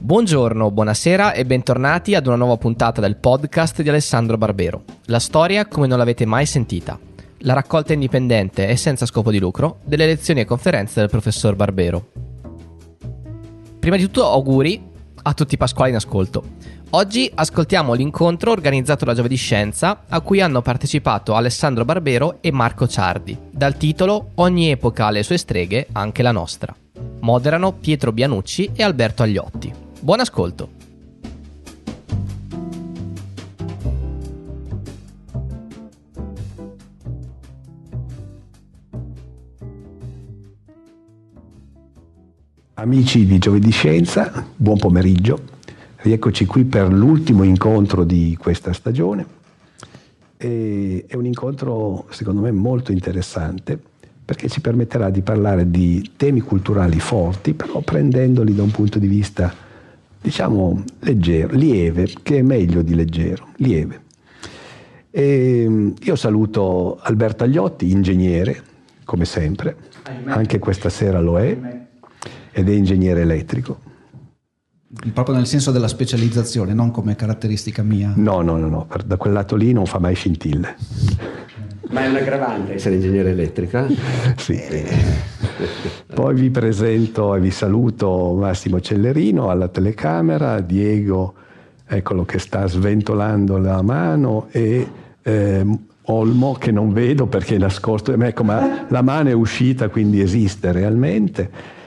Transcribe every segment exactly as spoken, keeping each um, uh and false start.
Buongiorno, buonasera e bentornati ad una nuova puntata del podcast di Alessandro Barbero. La storia come non l'avete mai sentita. La raccolta indipendente e senza scopo di lucro delle lezioni e conferenze del professor Barbero. Prima di tutto auguri a tutti i pasquali in ascolto. Oggi ascoltiamo l'incontro organizzato da Giove di Scienza a cui hanno partecipato Alessandro Barbero e Marco Ciardi, dal titolo Ogni epoca ha le sue streghe, anche la nostra. Moderano Pietro Bianucci e Alberto Agliotti. Buon ascolto. Amici di Giove di Scienza, buon pomeriggio. Rieccoci qui per l'ultimo incontro di questa stagione. E è un incontro secondo me molto interessante perché ci permetterà di parlare di temi culturali forti, però prendendoli da un punto di vista, diciamo, leggero, lieve, che è meglio di leggero, lieve. E io saluto Alberto Agliotti, ingegnere, come sempre, anche questa sera lo è, ed è ingegnere elettrico. Proprio nel senso della specializzazione, non come caratteristica mia. No, no, no, no. Da quel lato lì non fa mai scintille. Ma è un aggravante essere ingegnere elettrica? Sì. Poi vi presento e vi saluto Massimo Cellerino alla telecamera, Diego, eccolo che sta sventolando la mano, e eh, Olmo che non vedo perché è nascosto, ecco, ma la mano è uscita, quindi esiste realmente.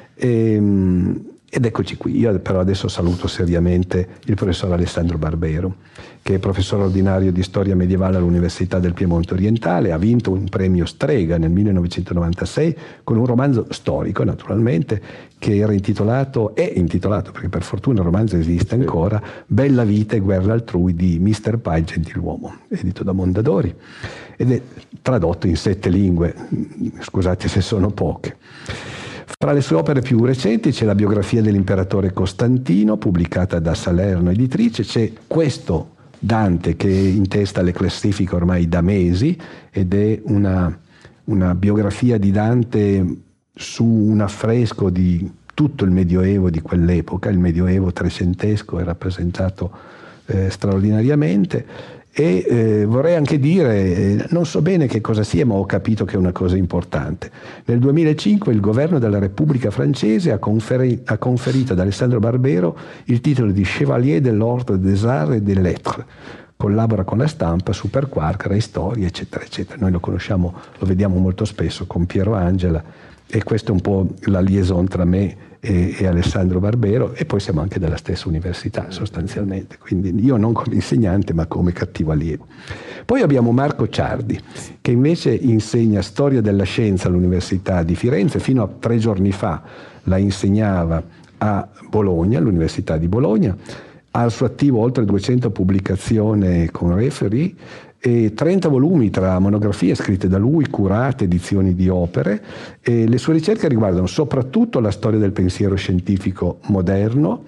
E, Ed eccoci qui. Io però adesso saluto seriamente il professor Alessandro Barbero, che è professore ordinario di storia medievale all'Università del Piemonte Orientale, ha vinto un premio Strega nel millenovecentonovantasei con un romanzo storico, naturalmente, che era intitolato, è intitolato, perché per fortuna il romanzo esiste ancora, Bella vita e guerra altrui di mister Pai Gentiluomo, edito da Mondadori, ed è tradotto in sette lingue, scusate se sono poche. Fra le sue opere più recenti c'è la biografia dell'imperatore Costantino, pubblicata da Salerno Editrice, c'è questo Dante che è in testa alle classifiche ormai da mesi, ed è una, una biografia di Dante su un affresco di tutto il Medioevo di quell'epoca. Il Medioevo trecentesco è rappresentato eh, straordinariamente. E eh, vorrei anche dire, eh, non so bene che cosa sia, ma ho capito che è una cosa importante. Nel duemilacinque il governo della Repubblica Francese ha, conferi- ha conferito ad Alessandro Barbero il titolo di Chevalier de l'Ordre des Arts et des Lettres. Collabora con la Stampa, Superquark, Rai Storia, eccetera, eccetera. Noi lo conosciamo, lo vediamo molto spesso con Piero Angela, e questa è un po' la liaison tra me e, e Alessandro Barbero, e poi siamo anche della stessa università sostanzialmente, quindi io non come insegnante ma come cattivo allievo. Poi abbiamo Marco Ciardi, che invece insegna storia della scienza all'Università di Firenze, fino a tre giorni fa la insegnava a Bologna, all'Università di Bologna, ha al suo attivo oltre duecento pubblicazioni con referee e trenta volumi tra monografie scritte da lui, curate, edizioni di opere, e le sue ricerche riguardano soprattutto la storia del pensiero scientifico moderno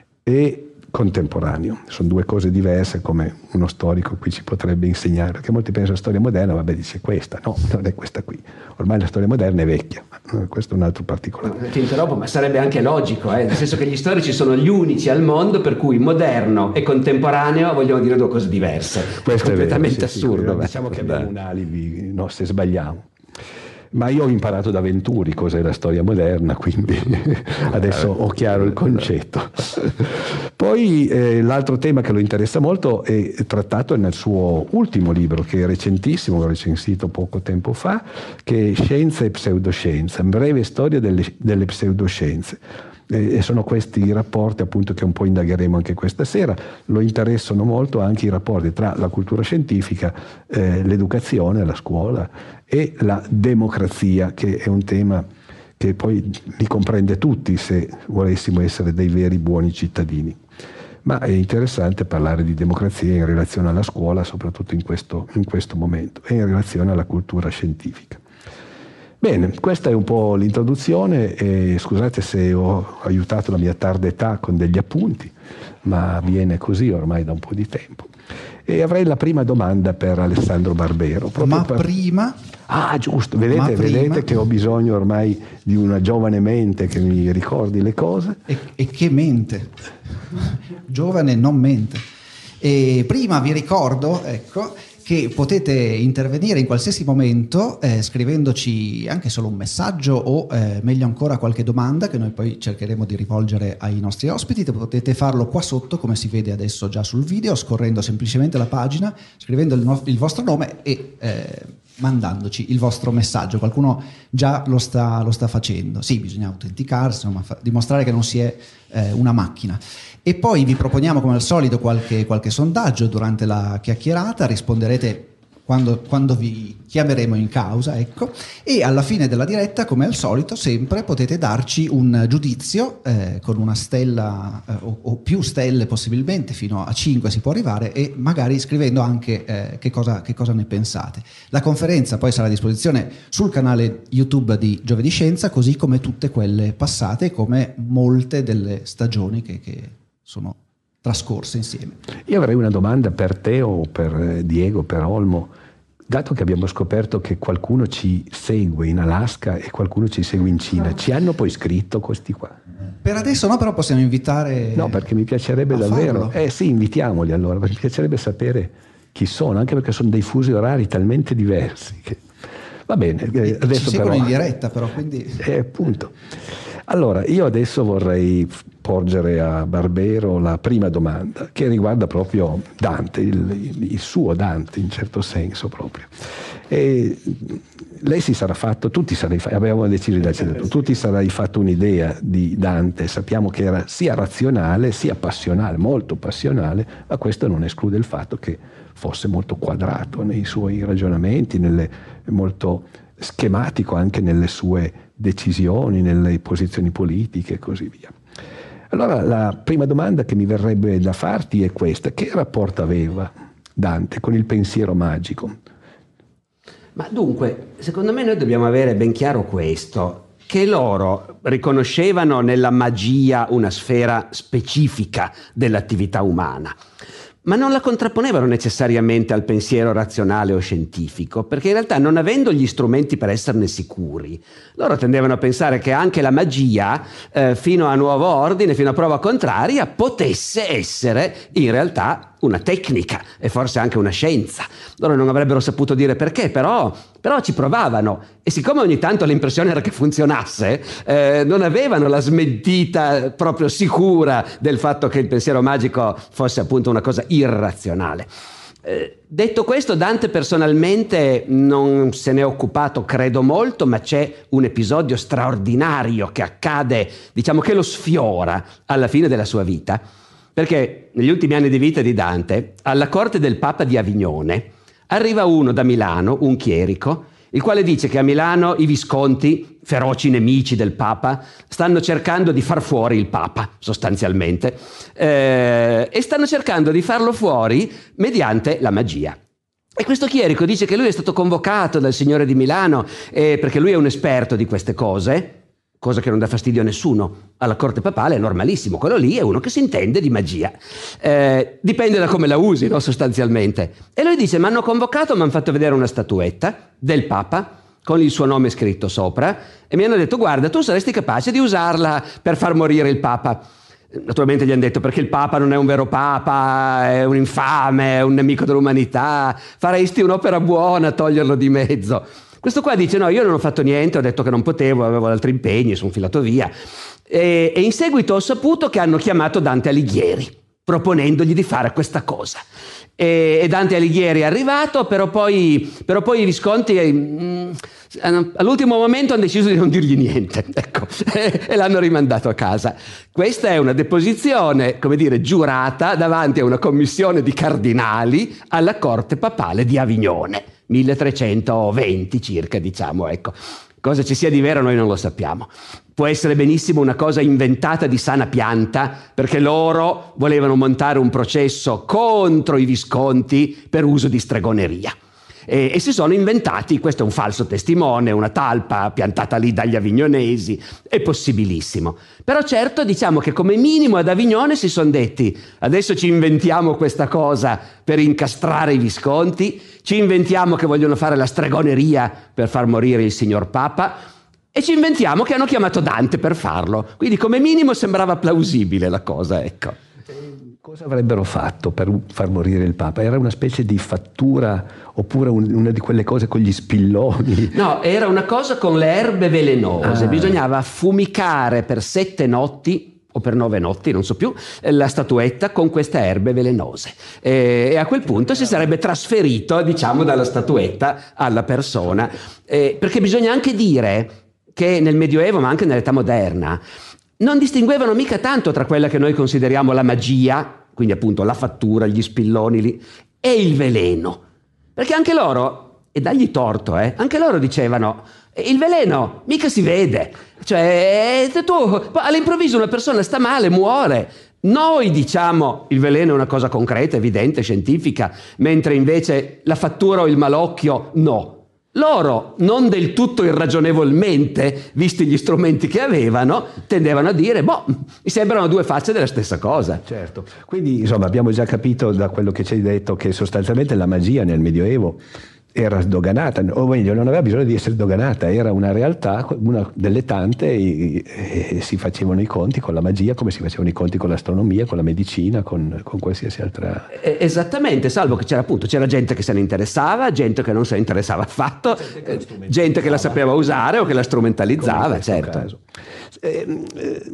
e contemporaneo. Sono due cose diverse, come uno storico qui ci potrebbe insegnare, perché molti pensano storia moderna, vabbè, dice questa, no, non è questa qui. Ormai la storia moderna è vecchia, questo è un altro particolare. Ti interrompo, ma sarebbe anche logico, eh? Nel senso che gli storici sono gli unici al mondo per cui moderno e contemporaneo vogliono dire due cose diverse. Questo è completamente è vero, sì, assurdo. Sì, diciamo che abbiamo un alibi, no, se sbagliamo. Ma io ho imparato da Venturi cos'è la storia moderna, quindi adesso ho chiaro il concetto. Poi eh, l'altro tema che lo interessa molto è trattato nel suo ultimo libro, che è recentissimo, l'ho recensito poco tempo fa, che è Scienza e pseudoscienza, breve storia delle, delle pseudoscienze. E sono questi i rapporti appunto che un po' indagheremo anche questa sera. Lo interessano molto anche i rapporti tra la cultura scientifica, eh, l'educazione, la scuola e la democrazia, che è un tema che poi li comprende tutti se volessimo essere dei veri buoni cittadini. Ma è interessante parlare di democrazia in relazione alla scuola, soprattutto in questo, in questo momento, e in relazione alla cultura scientifica. Bene, questa è un po' l'introduzione, e scusate se ho aiutato la mia tarda età con degli appunti, ma avviene così ormai da un po' di tempo. E avrei la prima domanda per Alessandro Barbero. Ma per... prima Ah, giusto, vedete, prima... vedete che ho bisogno ormai di una giovane mente che mi ricordi le cose. E, e che mente, giovane non mente. E prima vi ricordo, ecco, che potete intervenire in qualsiasi momento eh, scrivendoci anche solo un messaggio o eh, meglio ancora qualche domanda che noi poi cercheremo di rivolgere ai nostri ospiti. Potete farlo qua sotto, come si vede adesso già sul video, scorrendo semplicemente la pagina, scrivendo il, no- il vostro nome e eh, mandandoci il vostro messaggio. Qualcuno già lo sta, lo sta facendo. Sì, bisogna autenticarsi, insomma, fa- dimostrare che non si è eh, una macchina. E poi vi proponiamo come al solito qualche, qualche sondaggio durante la chiacchierata, risponderete quando, quando vi chiameremo in causa, ecco, e alla fine della diretta, come al solito, sempre potete darci un giudizio eh, con una stella eh, o, o più stelle possibilmente, fino a cinque si può arrivare, e magari scrivendo anche eh, che, cosa, che cosa ne pensate. La conferenza poi sarà a disposizione sul canale YouTube di Giovedì Scienza, così come tutte quelle passate, come molte delle stagioni che, che sono trascorse insieme. Io avrei una domanda per te o per Diego, per Olmo. Dato che abbiamo scoperto che qualcuno ci segue in Alaska e qualcuno ci segue in Cina, ci hanno poi scritto questi qua? Per adesso no, però possiamo invitare... No, perché mi piacerebbe davvero... farlo. Eh sì, invitiamoli allora, perché mi piacerebbe sapere chi sono, anche perché sono dei fusi orari talmente diversi che... Va bene, E adesso ci seguono però... in diretta però, quindi... Eh, appunto. Allora, io adesso vorrei porgere a Barbero la prima domanda, che riguarda proprio Dante, il, il suo Dante in certo senso proprio. E lei si sarà fatto, tutti sarai, avevamo deciso di darci detto, tutti sarai fatto un'idea di Dante, sappiamo che era sia razionale sia passionale, molto passionale, ma questo non esclude il fatto che fosse molto quadrato nei suoi ragionamenti, nelle, molto schematico anche nelle sue decisioni, nelle posizioni politiche e così via. Allora la prima domanda che mi verrebbe da farti è questa: che rapporto aveva Dante con il pensiero magico? Ma dunque, secondo me noi dobbiamo avere ben chiaro questo, che loro riconoscevano nella magia una sfera specifica dell'attività umana, ma non la contrapponevano necessariamente al pensiero razionale o scientifico, perché in realtà, non avendo gli strumenti per esserne sicuri, loro tendevano a pensare che anche la magia, eh, fino a nuovo ordine, fino a prova contraria, potesse essere in realtà una tecnica e forse anche una scienza. Loro non avrebbero saputo dire perché, però, però ci provavano, e siccome ogni tanto l'impressione era che funzionasse, eh, non avevano la smentita proprio sicura del fatto che il pensiero magico fosse appunto una cosa irrazionale. Eh, detto questo, Dante personalmente non se ne è occupato, credo, molto, ma c'è un episodio straordinario che accade, diciamo che lo sfiora alla fine della sua vita, perché negli ultimi anni di vita di Dante, alla corte del Papa di Avignone, arriva uno da Milano, un chierico, il quale dice che a Milano i Visconti, feroci nemici del Papa, stanno cercando di far fuori il Papa, sostanzialmente, eh, e stanno cercando di farlo fuori mediante la magia. E questo chierico dice che lui è stato convocato dal Signore di Milano eh, perché lui è un esperto di queste cose, cosa che non dà fastidio a nessuno. Alla corte papale è normalissimo, quello lì è uno che si intende di magia. Eh, dipende da come la usi, no, sostanzialmente. E lui dice: mi hanno convocato, mi hanno fatto vedere una statuetta del Papa con il suo nome scritto sopra e mi hanno detto: guarda, tu saresti capace di usarla per far morire il Papa. Naturalmente gli hanno detto: perché il Papa non è un vero Papa, è un infame, è un nemico dell'umanità, faresti un'opera buona a toglierlo di mezzo. Questo qua dice: no, io non ho fatto niente, ho detto che non potevo, avevo altri impegni, sono filato via. E, e in seguito ho saputo che hanno chiamato Dante Alighieri, proponendogli di fare questa cosa. E, e Dante Alighieri è arrivato, però poi, però poi i Visconti mm, all'ultimo momento hanno deciso di non dirgli niente, ecco, e, e l'hanno rimandato a casa. Questa è una deposizione, come dire, giurata davanti a una commissione di cardinali alla corte papale di Avignone. milletrecentoventi circa, diciamo, ecco. Cosa ci sia di vero noi non lo sappiamo. Può essere benissimo una cosa inventata di sana pianta, perché loro volevano montare un processo contro i Visconti per uso di stregoneria. e, e si sono inventati, questo è un falso testimone, una talpa piantata lì dagli avignonesi, è possibilissimo. Però certo diciamo che come minimo ad Avignone si sono detti: adesso ci inventiamo questa cosa per incastrare i Visconti, ci inventiamo che vogliono fare la stregoneria per far morire il signor Papa, e ci inventiamo che hanno chiamato Dante per farlo. Quindi come minimo sembrava plausibile la cosa, ecco. Cosa avrebbero fatto per far morire il Papa? Era una specie di fattura oppure un, una di quelle cose con gli spilloni? No, era una cosa con le erbe velenose. Ah. Bisognava affumicare per sette notti o per nove notti, non so più, la statuetta con queste erbe velenose. E, e a quel punto si sarebbe trasferito, diciamo, dalla statuetta alla persona. E, perché bisogna anche dire che nel Medioevo, ma anche nell'età moderna, non distinguevano mica tanto tra quella che noi consideriamo la magia, quindi appunto la fattura, gli spilloni lì, e il veleno. Perché anche loro, e dagli torto, eh, anche loro dicevano: il veleno mica si vede. Cioè, tu all'improvviso una persona sta male, muore. Noi diciamo il veleno è una cosa concreta, evidente, scientifica, mentre invece la fattura o il malocchio no. Loro, non del tutto irragionevolmente, visti gli strumenti che avevano, tendevano a dire: boh, mi sembrano due facce della stessa cosa. Certo, quindi insomma abbiamo già capito da quello che ci hai detto che sostanzialmente la magia nel Medioevo era sdoganata, o meglio non aveva bisogno di essere sdoganata, era una realtà, una delle tante, e, e si facevano i conti con la magia come si facevano i conti con l'astronomia, con la medicina, con, con qualsiasi altra... Esattamente, salvo che c'era appunto, c'era gente che se ne interessava, gente che non se ne interessava affatto, gente che, gente che la sapeva usare o che la strumentalizzava, certo. Eh, eh,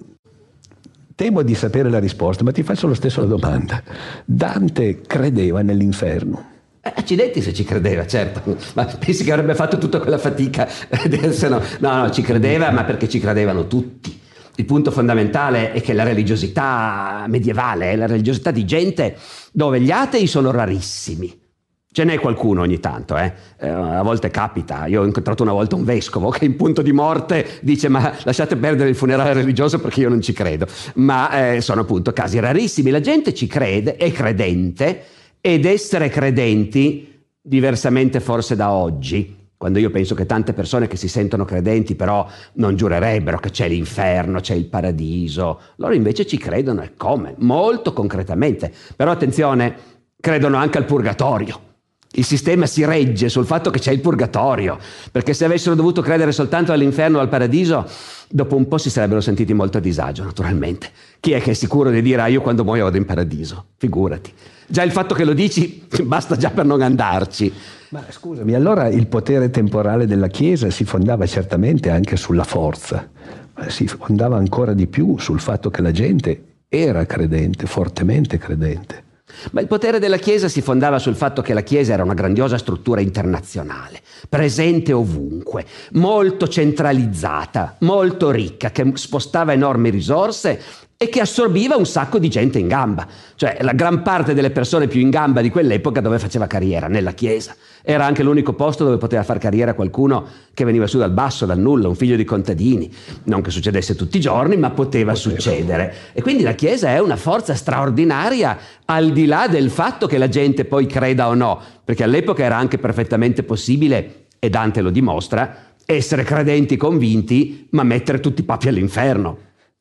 temo di sapere la risposta, ma ti faccio lo stesso la domanda. Dante credeva nell'inferno? Accidenti se ci credeva, certo, ma pensi che avrebbe fatto tutta quella fatica? no, no, ci credeva, ma perché ci credevano tutti. Il punto fondamentale è che la religiosità medievale è la religiosità di gente dove gli atei sono rarissimi. Ce n'è qualcuno ogni tanto, eh? Eh, a volte capita. Io ho incontrato una volta un vescovo che in punto di morte dice: ma lasciate perdere il funerale religioso perché io non ci credo. Ma eh, sono appunto casi rarissimi. La gente ci crede, è credente, ed essere credenti, diversamente forse da oggi, quando io penso che tante persone che si sentono credenti però non giurerebbero che c'è l'inferno, c'è il paradiso, loro invece ci credono, e come? Molto concretamente. Però attenzione, credono anche al purgatorio. Il sistema si regge sul fatto che c'è il purgatorio, perché se avessero dovuto credere soltanto all'inferno o al paradiso, dopo un po' si sarebbero sentiti molto a disagio, naturalmente. Chi è che è sicuro di dire: ah, io quando muoio vado in paradiso? Figurati. Già il fatto che lo dici basta già per non andarci. Ma scusami, allora il potere temporale della Chiesa si fondava certamente anche sulla forza, ma si fondava ancora di più sul fatto che la gente era credente, fortemente credente. Ma il potere della Chiesa si fondava sul fatto che la Chiesa era una grandiosa struttura internazionale, presente ovunque, molto centralizzata, molto ricca, che spostava enormi risorse e che assorbiva un sacco di gente in gamba. Cioè la gran parte delle persone più in gamba di quell'epoca dove faceva carriera? Nella Chiesa. Era anche l'unico posto dove poteva far carriera qualcuno che veniva su dal basso, dal nulla, un figlio di contadini. Non che succedesse tutti i giorni, ma poteva, poteva succedere. E quindi la Chiesa è una forza straordinaria, al di là del fatto che la gente poi creda o no, perché all'epoca era anche perfettamente possibile, e Dante lo dimostra, essere credenti convinti, ma mettere tutti i papi all'inferno.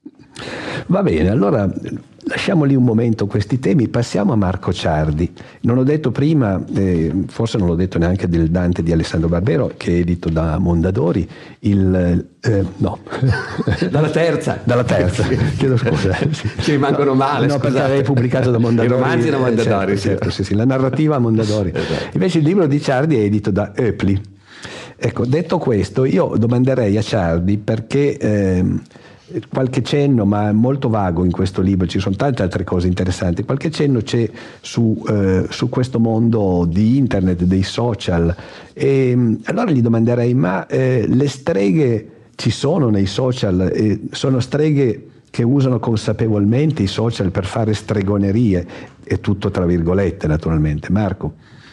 Va bene, allora lasciamo lì un momento questi temi, passiamo a Marco Ciardi. Non ho detto prima, eh, forse non l'ho detto neanche del Dante di Alessandro Barbero, che è edito da Mondadori, il... Eh, no. Dalla terza. Dalla terza, chiedo scusa. Sì. Ci rimangono male, no, scusate. Perché avevi pubblicato da Mondadori. I romanzi da Mondadori. Eh, certo, certo, sì, sì, la narrativa a Mondadori. Esatto. Invece il libro di Ciardi è edito da Oepli. Ecco, detto questo, io domanderei a Ciardi perché... Ehm, qualche cenno, ma molto vago in questo libro, ci sono tante altre cose interessanti, qualche cenno c'è su, eh, su questo mondo di internet, dei social, e allora gli domanderei: ma eh, le streghe ci sono nei social? Eh, sono streghe che usano consapevolmente i social per fare stregonerie? È tutto tra virgolette, naturalmente. Marco?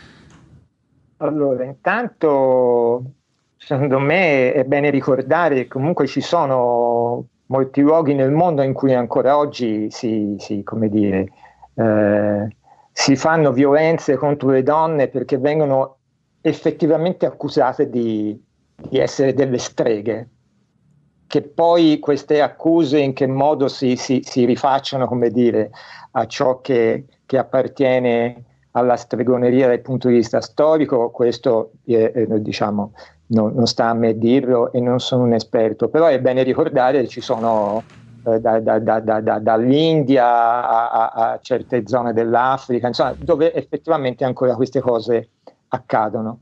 Allora, intanto secondo me è bene ricordare che comunque ci sono molti luoghi nel mondo in cui ancora oggi si, si, come dire, eh, si fanno violenze contro le donne perché vengono effettivamente accusate di, di essere delle streghe, che poi queste accuse in che modo si, si, si rifacciano, come dire, a ciò che, che appartiene alla stregoneria dal punto di vista storico, questo eh, eh, diciamo non, non sta a me dirlo e non sono un esperto, però è bene ricordare che ci sono eh, da, da, da, da, dall'India a, a, a certe zone dell'Africa, insomma, dove effettivamente ancora queste cose accadono.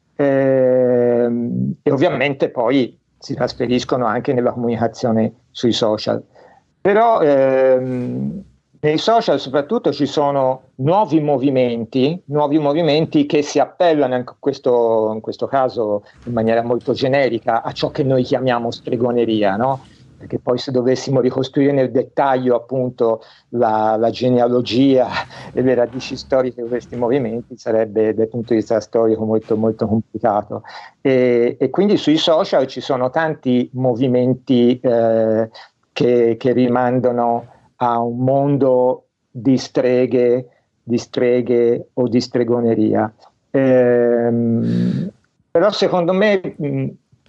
Eh, e ovviamente poi si trasferiscono anche nella comunicazione sui social. Però ehm, nei social soprattutto ci sono nuovi movimenti, nuovi movimenti che si appellano in questo, in questo caso in maniera molto generica a ciò che noi chiamiamo stregoneria, no? Perché poi se dovessimo ricostruire nel dettaglio appunto la, la genealogia e le radici storiche di questi movimenti sarebbe dal punto di vista storico molto molto complicato. E, e quindi sui social ci sono tanti movimenti eh, che, che rimandano a un mondo di streghe, di streghe o di stregoneria. Ehm, però secondo me mh,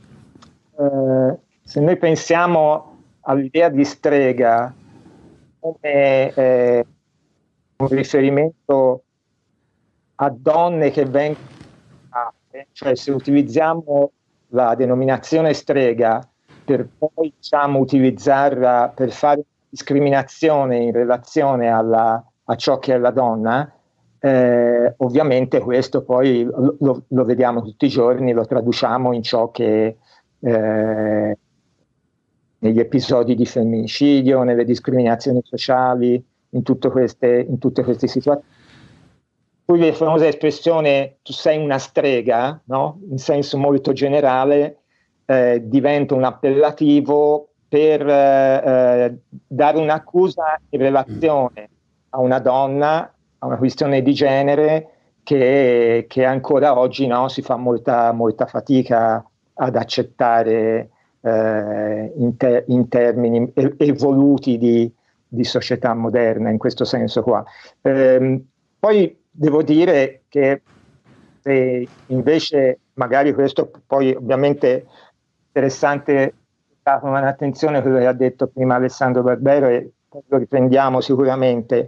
eh, se noi pensiamo all'idea di strega come eh, un riferimento a donne che vengono, cioè se utilizziamo la denominazione strega per poi diciamo utilizzarla per fare discriminazione in relazione alla, a ciò che è la donna, eh, ovviamente questo poi lo, lo, lo vediamo tutti i giorni, lo traduciamo in ciò che eh, negli episodi di femminicidio, nelle discriminazioni sociali, in tutte queste, in tutte queste situazioni. Poi la famosa espressione tu sei una strega, no? In senso molto generale, eh, diventa un appellativo per eh, dare un'accusa in relazione a una donna, a una questione di genere che, che ancora oggi no, si fa molta, molta fatica ad accettare eh, in, te, in termini evoluti di, di società moderna, in questo senso qua. Eh, poi devo dire che se invece magari questo poi ovviamente interessante con attenzione quello che ha detto prima Alessandro Barbero e lo riprendiamo sicuramente.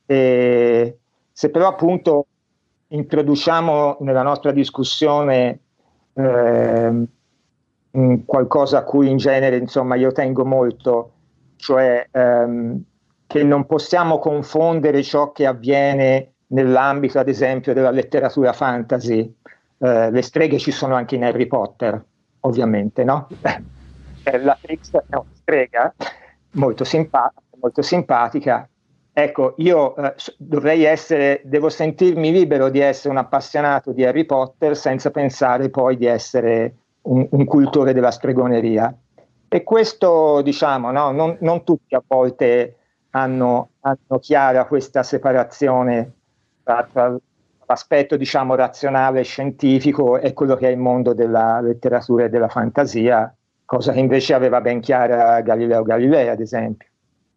E se però appunto introduciamo nella nostra discussione eh, qualcosa a cui in genere insomma io tengo molto, cioè ehm, che non possiamo confondere ciò che avviene nell'ambito ad esempio della letteratura fantasy. Eh, le streghe ci sono anche in Harry Potter, ovviamente, no? La Trix è una strega molto simpatica, molto simpatica. Ecco, io eh, dovrei essere, devo sentirmi libero di essere un appassionato di Harry Potter senza pensare poi di essere un, un cultore della stregoneria. E questo, diciamo, no, non, non tutti a volte hanno, hanno chiara questa separazione tra, tra l'aspetto, diciamo, razionale e scientifico e quello che è il mondo della letteratura e della fantasia, cosa che invece aveva ben chiara Galileo Galilei, ad esempio.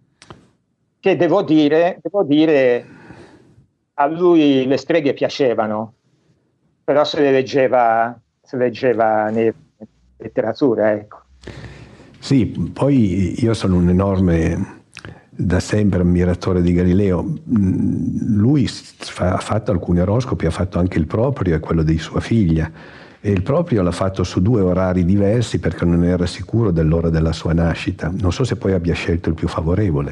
Che devo dire, devo dire, a lui le streghe piacevano, però se le leggeva, se leggeva nella letteratura, ecco. Sì, poi io sono un enorme, da sempre ammiratore di Galileo. Lui ha fatto alcuni oroscopi, ha fatto anche il proprio e quello di sua figlia. E il proprio l'ha fatto su due orari diversi perché non era sicuro dell'ora della sua nascita. Non so se poi abbia scelto il più favorevole.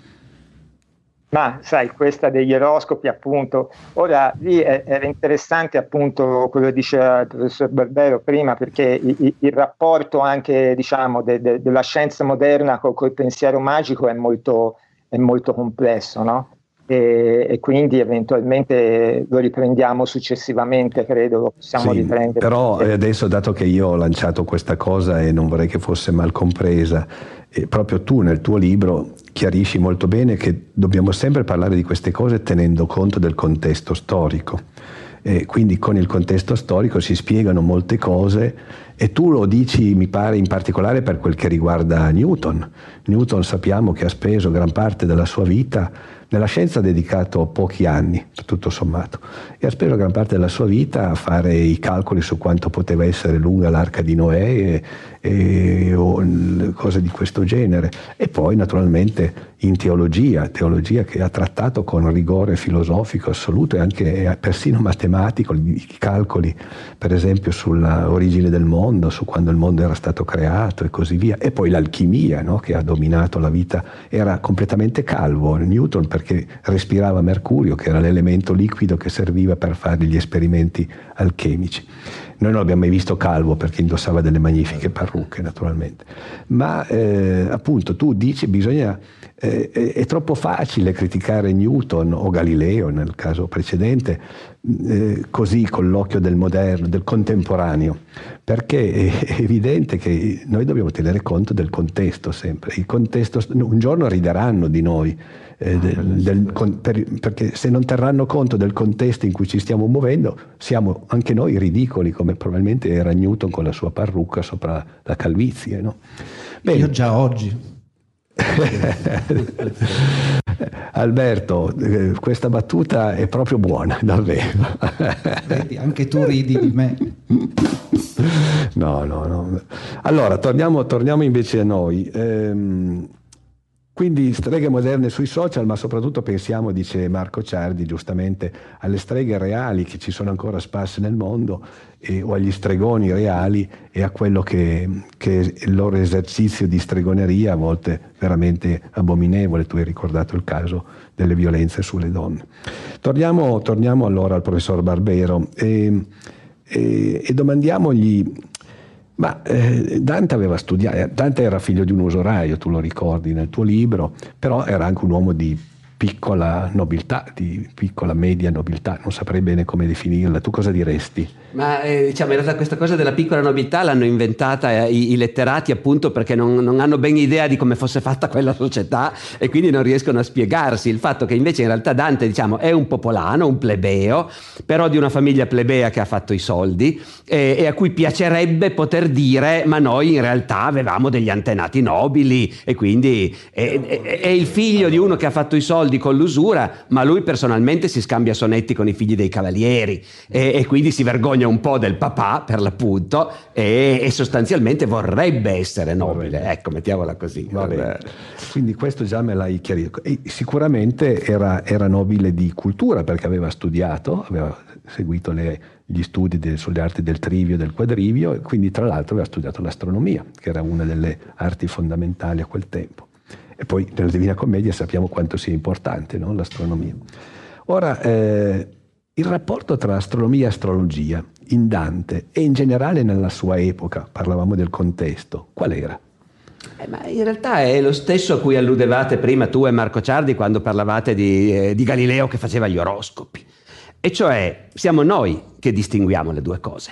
Ma sai, questa degli oroscopi appunto, ora lì è, era interessante appunto quello che diceva il professor Barbero prima, perché il, il rapporto anche diciamo de, de, della scienza moderna col, col pensiero magico è molto, è molto complesso, no? E, e quindi eventualmente lo riprendiamo successivamente, credo lo possiamo sì, riprendere. Però adesso, dato che io ho lanciato questa cosa e non vorrei che fosse mal compresa, eh, proprio tu nel tuo libro chiarisci molto bene che dobbiamo sempre parlare di queste cose tenendo conto del contesto storico. E quindi con il contesto storico si spiegano molte cose e tu lo dici, mi pare, in particolare per quel che riguarda Newton. Newton sappiamo che ha speso gran parte della sua vita nella scienza ha dedicato pochi anni, tutto sommato, e ha speso gran parte della sua vita a fare i calcoli su quanto poteva essere lunga l'arca di Noè e, e o cose di questo genere. E poi naturalmente in teologia, teologia che ha trattato con rigore filosofico assoluto e anche persino matematico, i calcoli per esempio sulla origine del mondo, su quando il mondo era stato creato e così via. E poi l'alchimia, no? Che ha dominato la vita, era completamente calvo Newton perché respirava mercurio, che era l'elemento liquido che serviva per fare gli esperimenti alchemici. Noi non l'abbiamo mai visto calvo perché indossava delle magnifiche parrucche naturalmente, ma eh, appunto tu dici bisogna eh, è, è troppo facile criticare Newton o Galileo nel caso precedente eh, così con l'occhio del moderno, del contemporaneo, perché è evidente che noi dobbiamo tenere conto del contesto sempre. Il contesto, un giorno rideranno di noi eh, del, del, con, per, perché se non terranno conto del contesto in cui ci stiamo muovendo siamo anche noi ridicoli, come probabilmente era Newton con la sua parrucca sopra la calvizie, no? Bene. Io già oggi. Alberto, eh, questa battuta è proprio buona, davvero. Vedi, anche tu ridi di me. No, no, no. Allora, torniamo, torniamo invece a noi. Ehm, quindi streghe moderne sui social, ma soprattutto pensiamo, dice Marco Ciardi giustamente, alle streghe reali che ci sono ancora sparse nel mondo e, o agli stregoni reali e a quello che, che è il loro esercizio di stregoneria, a volte veramente abominevole. Tu hai ricordato il caso delle violenze sulle donne. Torniamo, torniamo allora al professor Barbero e, e, e domandiamogli. Ma eh, Dante aveva studiato, Dante era figlio di un usuraio, tu lo ricordi nel tuo libro, però era anche un uomo di piccola nobiltà, di piccola media nobiltà, non saprei bene come definirla. Tu cosa diresti? Ma eh, diciamo, in realtà questa cosa della piccola nobiltà l'hanno inventata eh, i, i letterati, appunto perché non, non hanno ben idea di come fosse fatta quella società e quindi non riescono a spiegarsi il fatto che invece in realtà Dante, diciamo, è un popolano, un plebeo, però di una famiglia plebea che ha fatto i soldi eh, e a cui piacerebbe poter dire ma noi in realtà avevamo degli antenati nobili e quindi è, è, è il figlio di uno che ha fatto i soldi con l'usura, ma lui personalmente si scambia sonetti con i figli dei cavalieri e, e quindi si vergogna un po' del papà per l'appunto e, e sostanzialmente vorrebbe essere nobile, ecco, mettiamola così. Vabbè. Quindi questo già me l'hai chiarito. E sicuramente era, era nobile di cultura perché aveva studiato, aveva seguito le, gli studi de, sulle arti del trivio e del quadrivio e quindi tra l'altro aveva studiato l'astronomia, che era una delle arti fondamentali a quel tempo. E poi nella Divina Commedia sappiamo quanto sia importante, no? L'astronomia. Ora, eh, il rapporto tra astronomia e astrologia in Dante e in generale nella sua epoca, parlavamo del contesto, qual era? Eh, ma in realtà è lo stesso a cui alludevate prima tu e Marco Ciardi quando parlavate di, eh, di Galileo che faceva gli oroscopi. E cioè siamo noi che distinguiamo le due cose.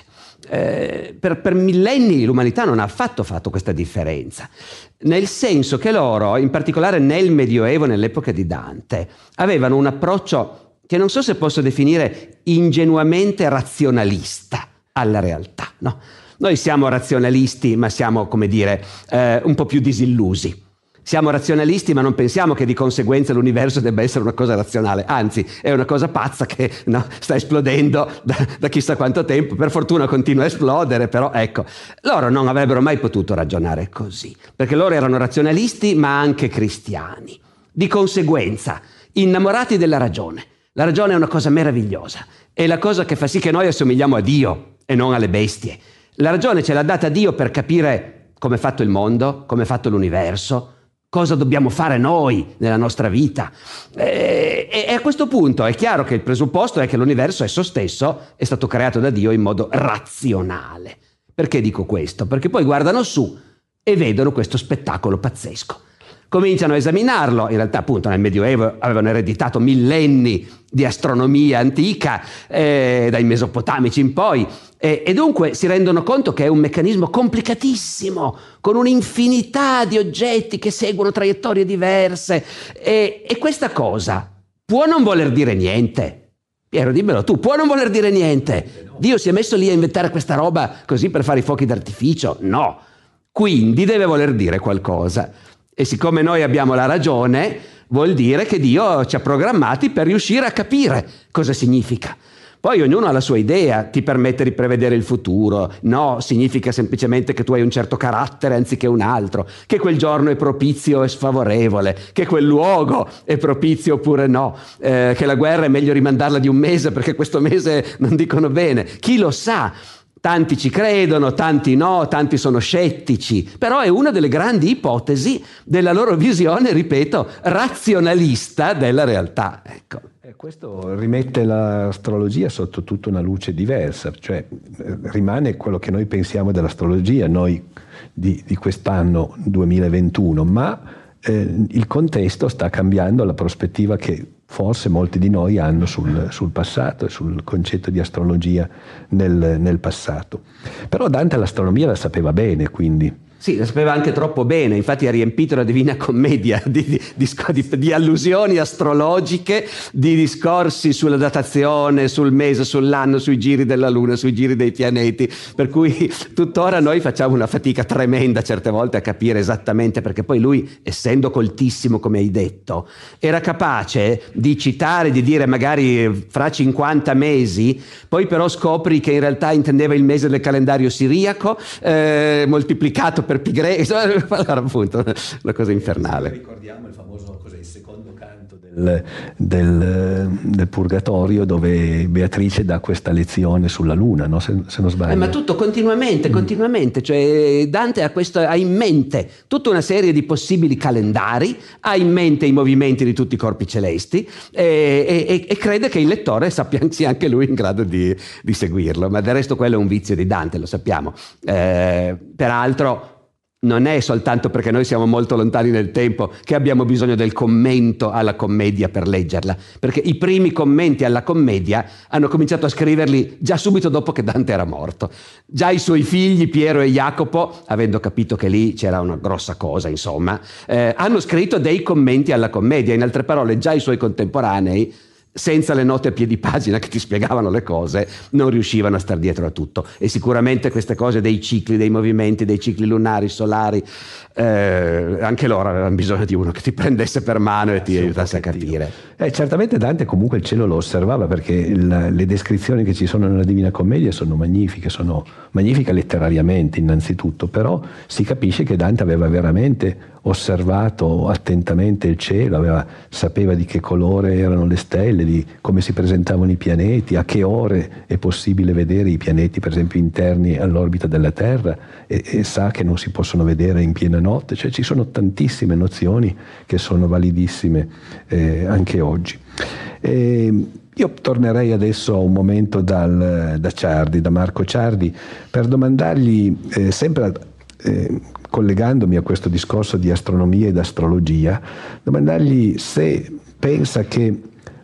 Eh, per, per millenni l'umanità non ha affatto fatto questa differenza, nel senso che loro, in particolare nel Medioevo, nell'epoca di Dante, avevano un approccio che non so se posso definire ingenuamente razionalista alla realtà, no? Noi siamo razionalisti, ma siamo, come dire, eh, un po' più disillusi. Siamo razionalisti ma non pensiamo che di conseguenza l'universo debba essere una cosa razionale, anzi è una cosa pazza che no, sta esplodendo da, da chissà quanto tempo, per fortuna continua a esplodere, però ecco, loro non avrebbero mai potuto ragionare così, perché loro erano razionalisti ma anche cristiani, di conseguenza innamorati della ragione. La ragione è una cosa meravigliosa, è la cosa che fa sì che noi assomigliamo a Dio e non alle bestie. La ragione ce l'ha data Dio per capire come è fatto il mondo, come è fatto l'universo, cosa dobbiamo fare noi nella nostra vita. E, e a questo punto è chiaro che il presupposto è che l'universo esso stesso è stato creato da Dio in modo razionale. Perché dico questo? Perché poi guardano su e vedono questo spettacolo pazzesco. Cominciano a esaminarlo, in realtà appunto nel Medioevo avevano ereditato millenni di astronomia antica, eh, dai mesopotamici in poi, eh, e dunque si rendono conto che è un meccanismo complicatissimo, con un'infinità di oggetti che seguono traiettorie diverse, e, e questa cosa può non voler dire niente. Piero, dimmelo tu, può non voler dire niente? Dio si è messo lì a inventare questa roba così per fare i fuochi d'artificio? No. Quindi deve voler dire qualcosa. E siccome noi abbiamo la ragione, vuol dire che Dio ci ha programmati per riuscire a capire cosa significa. Poi ognuno ha la sua idea, ti permette di prevedere il futuro. No, significa semplicemente che tu hai un certo carattere anziché un altro, che quel giorno è propizio e sfavorevole, che quel luogo è propizio oppure no, eh, che la guerra è meglio rimandarla di un mese perché questo mese non dicono bene. Chi lo sa? Tanti ci credono, tanti no, tanti sono scettici, però è una delle grandi ipotesi della loro visione, ripeto, razionalista della realtà. Ecco. E questo rimette l'astrologia sotto tutta una luce diversa, cioè rimane quello che noi pensiamo dell'astrologia, noi di, di quest'anno duemilaventuno, ma eh, il contesto sta cambiando la prospettiva che forse molti di noi hanno sul, sul passato e sul concetto di astrologia nel, nel passato. Però Dante l'astronomia la sapeva bene, quindi. Sì, la sapeva anche troppo bene, infatti ha riempito la Divina Commedia di, di, di, di allusioni astrologiche, di discorsi sulla datazione, sul mese, sull'anno, sui giri della Luna, sui giri dei pianeti, per cui tuttora noi facciamo una fatica tremenda certe volte a capire esattamente, perché poi lui, essendo coltissimo come hai detto, era capace di citare, di dire magari fra cinquanta mesi, poi però scopri che in realtà intendeva il mese del calendario siriaco, eh, moltiplicato per pi greco, allora appunto una cosa infernale. Ricordiamo il famoso cos'è, il secondo canto del, del, del Purgatorio, dove Beatrice dà questa lezione sulla Luna, no? se, se non sbaglio. Eh, ma tutto continuamente, continuamente, cioè Dante ha, questo, ha in mente tutta una serie di possibili calendari, ha in mente i movimenti di tutti i corpi celesti e, e, e crede che il lettore sappia, sia anche lui in grado di, di seguirlo, ma del resto quello è un vizio di Dante, lo sappiamo. Eh, peraltro non è soltanto perché noi siamo molto lontani nel tempo che abbiamo bisogno del commento alla commedia per leggerla, perché i primi commenti alla commedia hanno cominciato a scriverli già subito dopo che Dante era morto. Già i suoi figli Piero e Jacopo, avendo capito che lì c'era una grossa cosa, insomma, eh, hanno scritto dei commenti alla commedia. In altre parole, già i suoi contemporanei, senza le note a piedi pagina che ti spiegavano le cose, non riuscivano a star dietro a tutto. E sicuramente queste cose dei cicli, dei movimenti, dei cicli lunari, solari, eh, anche loro avevano bisogno di uno che ti prendesse per mano e ti aiutasse a capire. Eh, certamente Dante comunque il cielo lo osservava, perché il, le descrizioni che ci sono nella Divina Commedia sono magnifiche, sono magnifiche letterariamente innanzitutto, però si capisce che Dante aveva veramente osservato attentamente il cielo, aveva, sapeva di che colore erano le stelle, di come si presentavano i pianeti, a che ore è possibile vedere i pianeti per esempio interni all'orbita della Terra, e, e sa che non si possono vedere in piena notte. Cioè ci sono tantissime nozioni che sono validissime eh, anche oggi. E io tornerei adesso a un momento dal, da Ciardi, da Marco Ciardi, per domandargli eh, sempre eh, collegandomi a questo discorso di astronomia ed astrologia, domandargli se pensa che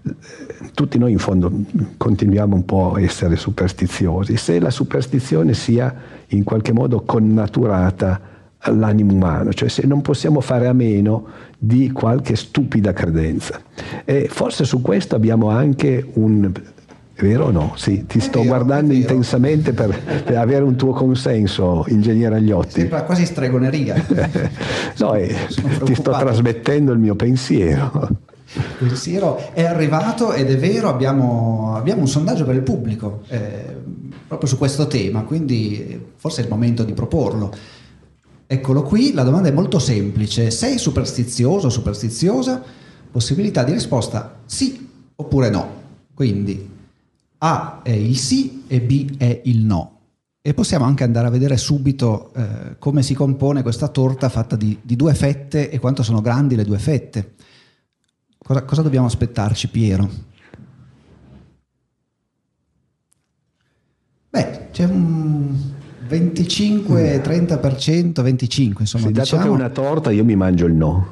tutti noi in fondo continuiamo un po' a essere superstiziosi, se la superstizione sia in qualche modo connaturata all'animo umano, cioè se non possiamo fare a meno di qualche stupida credenza. E forse su questo abbiamo anche un... È vero o no? Sì, ti è sto vero, guardando intensamente per, per avere un tuo consenso, ingegnere Agliotti. Sembra quasi stregoneria. No, eh, ti sto trasmettendo il mio pensiero. Il pensiero è arrivato ed è vero, abbiamo, abbiamo un sondaggio per il pubblico eh, proprio su questo tema, quindi forse è il momento di proporlo. Eccolo qui, la domanda è molto semplice: sei superstizioso o superstiziosa? Possibilità di risposta sì oppure no. Quindi A è il sì e B è il no. E possiamo anche andare a vedere subito eh, come si compone questa torta fatta di, di due fette e quanto sono grandi le due fette. Cosa, cosa dobbiamo aspettarci, Piero? Beh, c'è un venticinque trenta per cento, venticinque insomma. Sì, dato diciamo. che è una torta, io mi mangio il no.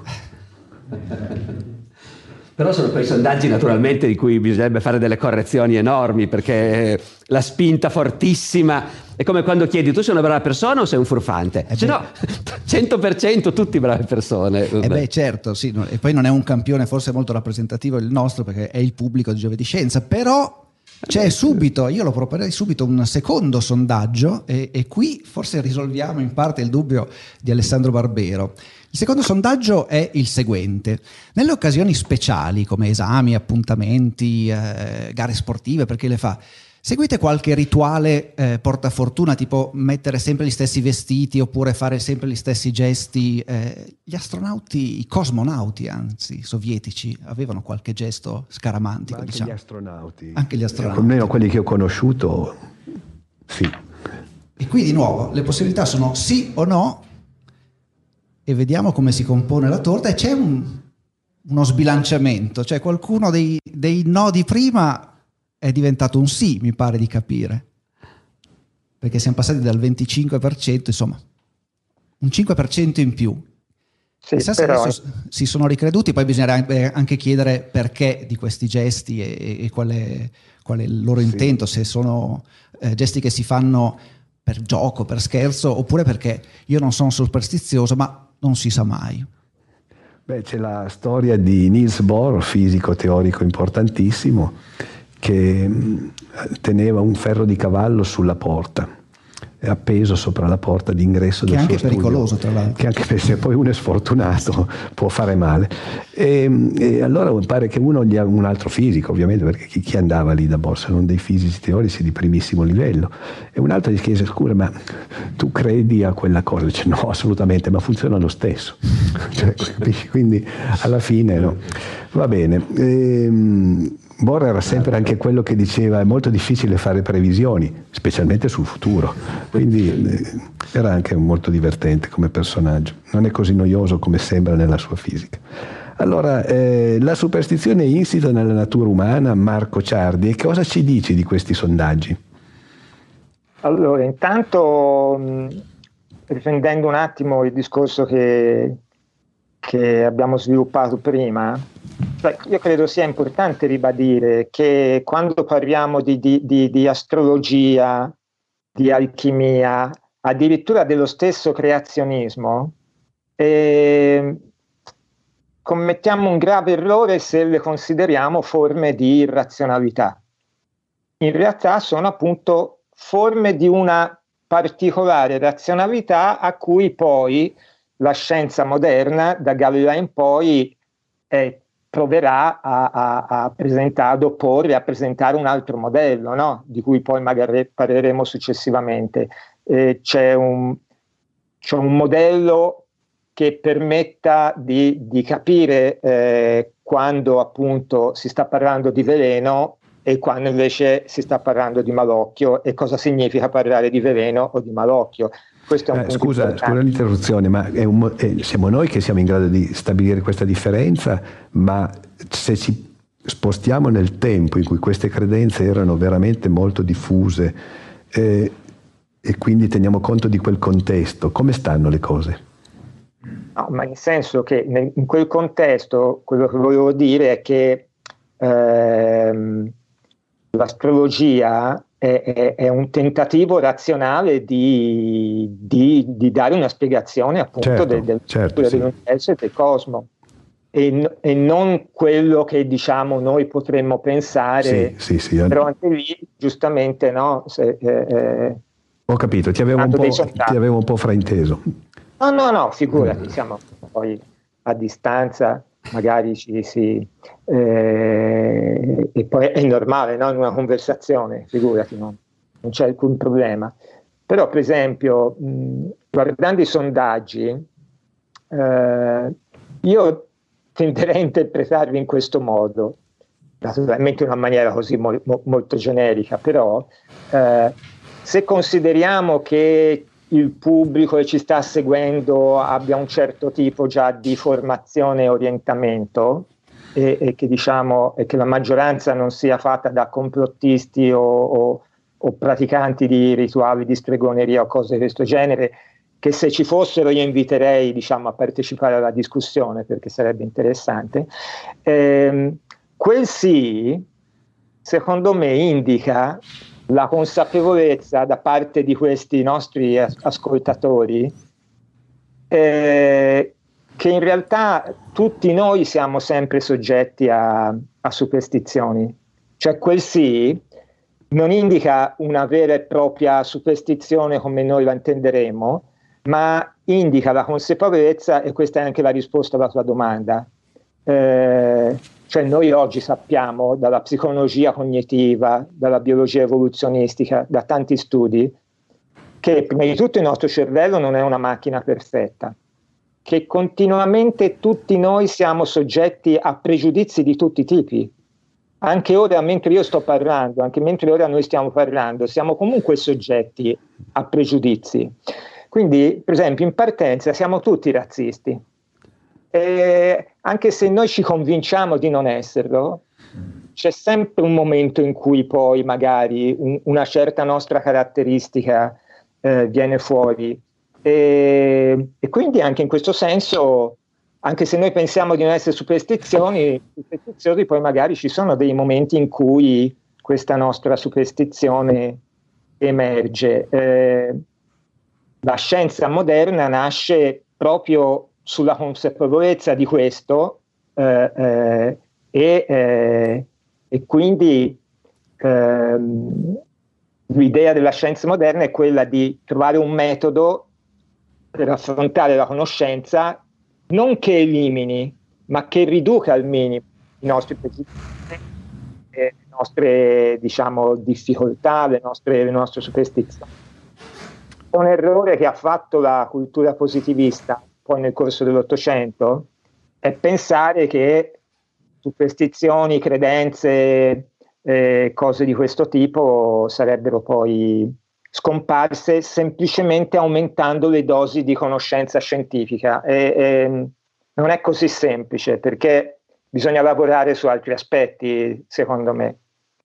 Però sono quei sondaggi naturalmente di cui bisognerebbe fare delle correzioni enormi, perché la spinta fortissima è come quando chiedi: tu sei una brava persona o sei un furfante? Eh cioè, no, cento per cento tutti brave persone. Eh beh, certo, sì, no, e poi non è un campione forse molto rappresentativo il nostro, perché è il pubblico di Giovedì Scienza, però c'è subito, io lo proporrei subito, un secondo sondaggio e, e qui forse risolviamo in parte il dubbio di Alessandro Barbero. Il secondo sondaggio è il seguente. Nelle occasioni speciali come esami, appuntamenti, eh, gare sportive, perché le fa, seguite qualche rituale eh, portafortuna, tipo mettere sempre gli stessi vestiti oppure fare sempre gli stessi gesti? Eh, gli astronauti, i cosmonauti anzi, sovietici, avevano qualche gesto scaramantico, Ma anche diciamo. gli astronauti. Anche gli astronauti. Almeno quelli che ho conosciuto, sì. E qui di nuovo le possibilità sono sì o no, e vediamo come si compone la torta, e c'è un, uno sbilanciamento, cioè qualcuno dei, dei no di prima è diventato un sì, mi pare di capire, perché siamo passati dal venticinque per cento, insomma un cinque per cento in più. Sì, Chissà se però... adesso si sono ricreduti, poi bisognerà anche chiedere perché di questi gesti e, e qual, è, qual è il loro Sì. intento, se sono eh, gesti che si fanno per gioco, per scherzo, oppure perché io non sono superstizioso, ma non si sa mai. Beh, c'è la storia di Niels Bohr, fisico teorico importantissimo, che mh, teneva un ferro di cavallo sulla porta, appeso sopra la porta d'ingresso del Che è suo anche studio. pericoloso, tra l'altro. Che anche se poi uno è sfortunato può fare male. E, e allora pare che uno, gli ha, un altro fisico ovviamente, perché chi, chi andava lì da Bohr se non dei fisici teorici di primissimo livello, e un altro gli chiese: scusa, ma tu credi a quella cosa? Dice: no, assolutamente, ma funziona lo stesso. Cioè, quindi alla fine no. Va bene. Ehm, Bohr era sempre anche quello che diceva: è molto difficile fare previsioni, specialmente sul futuro, quindi eh, era anche molto divertente come personaggio, non è così noioso come sembra nella sua fisica. Allora, eh, la superstizione è insita nella natura umana, Marco Ciardi, e cosa ci dici di questi sondaggi? Allora, intanto, mh, riprendendo un attimo il discorso che, che abbiamo sviluppato prima, cioè, io credo sia importante ribadire che quando parliamo di, di, di, di astrologia, di alchimia, addirittura dello stesso creazionismo, eh, commettiamo un grave errore se le consideriamo forme di irrazionalità. In realtà sono appunto forme di una particolare razionalità a cui poi la scienza moderna, da Galileo in poi, eh, proverà a, a, a presentare, ad opporre, a presentare un altro modello, no? Di cui poi magari parleremo successivamente. Eh, c'è, un, c'è un modello che permetta di, di capire eh, quando appunto si sta parlando di veleno e quando invece si sta parlando di malocchio, e cosa significa parlare di veleno o di malocchio. Questo è un eh, punto scusa, importante. scusa l'interruzione, ma è un, è, siamo noi che siamo in grado di stabilire questa differenza, ma se ci spostiamo nel tempo in cui queste credenze erano veramente molto diffuse eh, e quindi teniamo conto di quel contesto, come stanno le cose? No, ma nel senso che nel, in quel contesto quello che volevo dire è che ehm, l'astrologia è, è, è un tentativo razionale di, di, di dare una spiegazione appunto certo, del, del, certo, dell'universo sì. e del cosmo, e, e non quello che diciamo noi potremmo pensare, sì, sì, sì. Però anche lì giustamente no, se, eh, eh, ho capito, ti avevo, un po', ti avevo un po' frainteso. No, no, no, figurati, siamo poi a distanza, magari ci si... Eh, e poi è normale, no? In una conversazione, figurati, no? Non c'è alcun problema. Però, per esempio, mh, guardando i sondaggi, eh, io tenderei a interpretarli in questo modo, naturalmente in una maniera così mo- mo- molto generica, però eh, se consideriamo che il pubblico che ci sta seguendo abbia un certo tipo già di formazione e orientamento e, e che diciamo e che la maggioranza non sia fatta da complottisti o, o, o praticanti di rituali di stregoneria o cose di questo genere, che se ci fossero io inviterei diciamo a partecipare alla discussione perché sarebbe interessante, ehm, quel sì secondo me indica la consapevolezza da parte di questi nostri ascoltatori eh, che in realtà tutti noi siamo sempre soggetti a, a superstizioni. Cioè quel sì non indica una vera e propria superstizione come noi la intenderemo, ma indica la consapevolezza, e questa è anche la risposta alla tua domanda. Eh, cioè noi oggi sappiamo dalla psicologia cognitiva, dalla biologia evoluzionistica, da tanti studi, che prima di tutto il nostro cervello non è una macchina perfetta, che continuamente tutti noi siamo soggetti a pregiudizi di tutti i tipi. Anche ora, mentre io sto parlando, anche mentre ora noi stiamo parlando, siamo comunque soggetti a pregiudizi. Quindi, per esempio, in partenza siamo tutti razzisti. E anche se noi ci convinciamo di non esserlo, c'è sempre un momento in cui poi magari un, una certa nostra caratteristica eh, viene fuori. E, e quindi anche in questo senso, anche se noi pensiamo di non essere superstizioni, superstizioni, poi magari ci sono dei momenti in cui questa nostra superstizione emerge. Eh, la scienza moderna nasce proprio sulla consapevolezza di questo eh, eh, e, eh, e quindi ehm, l'idea della scienza moderna è quella di trovare un metodo per affrontare la conoscenza, non che elimini, ma che riduca al minimo i nostri pregiudizi, le nostre, diciamo, difficoltà, le nostre, le nostre superstizioni. Un errore che ha fatto la cultura positivista poi nel corso dell'Ottocento è pensare che superstizioni, credenze, eh, cose di questo tipo sarebbero poi scomparse semplicemente aumentando le dosi di conoscenza scientifica. E, e non è così semplice, perché bisogna lavorare su altri aspetti, secondo me.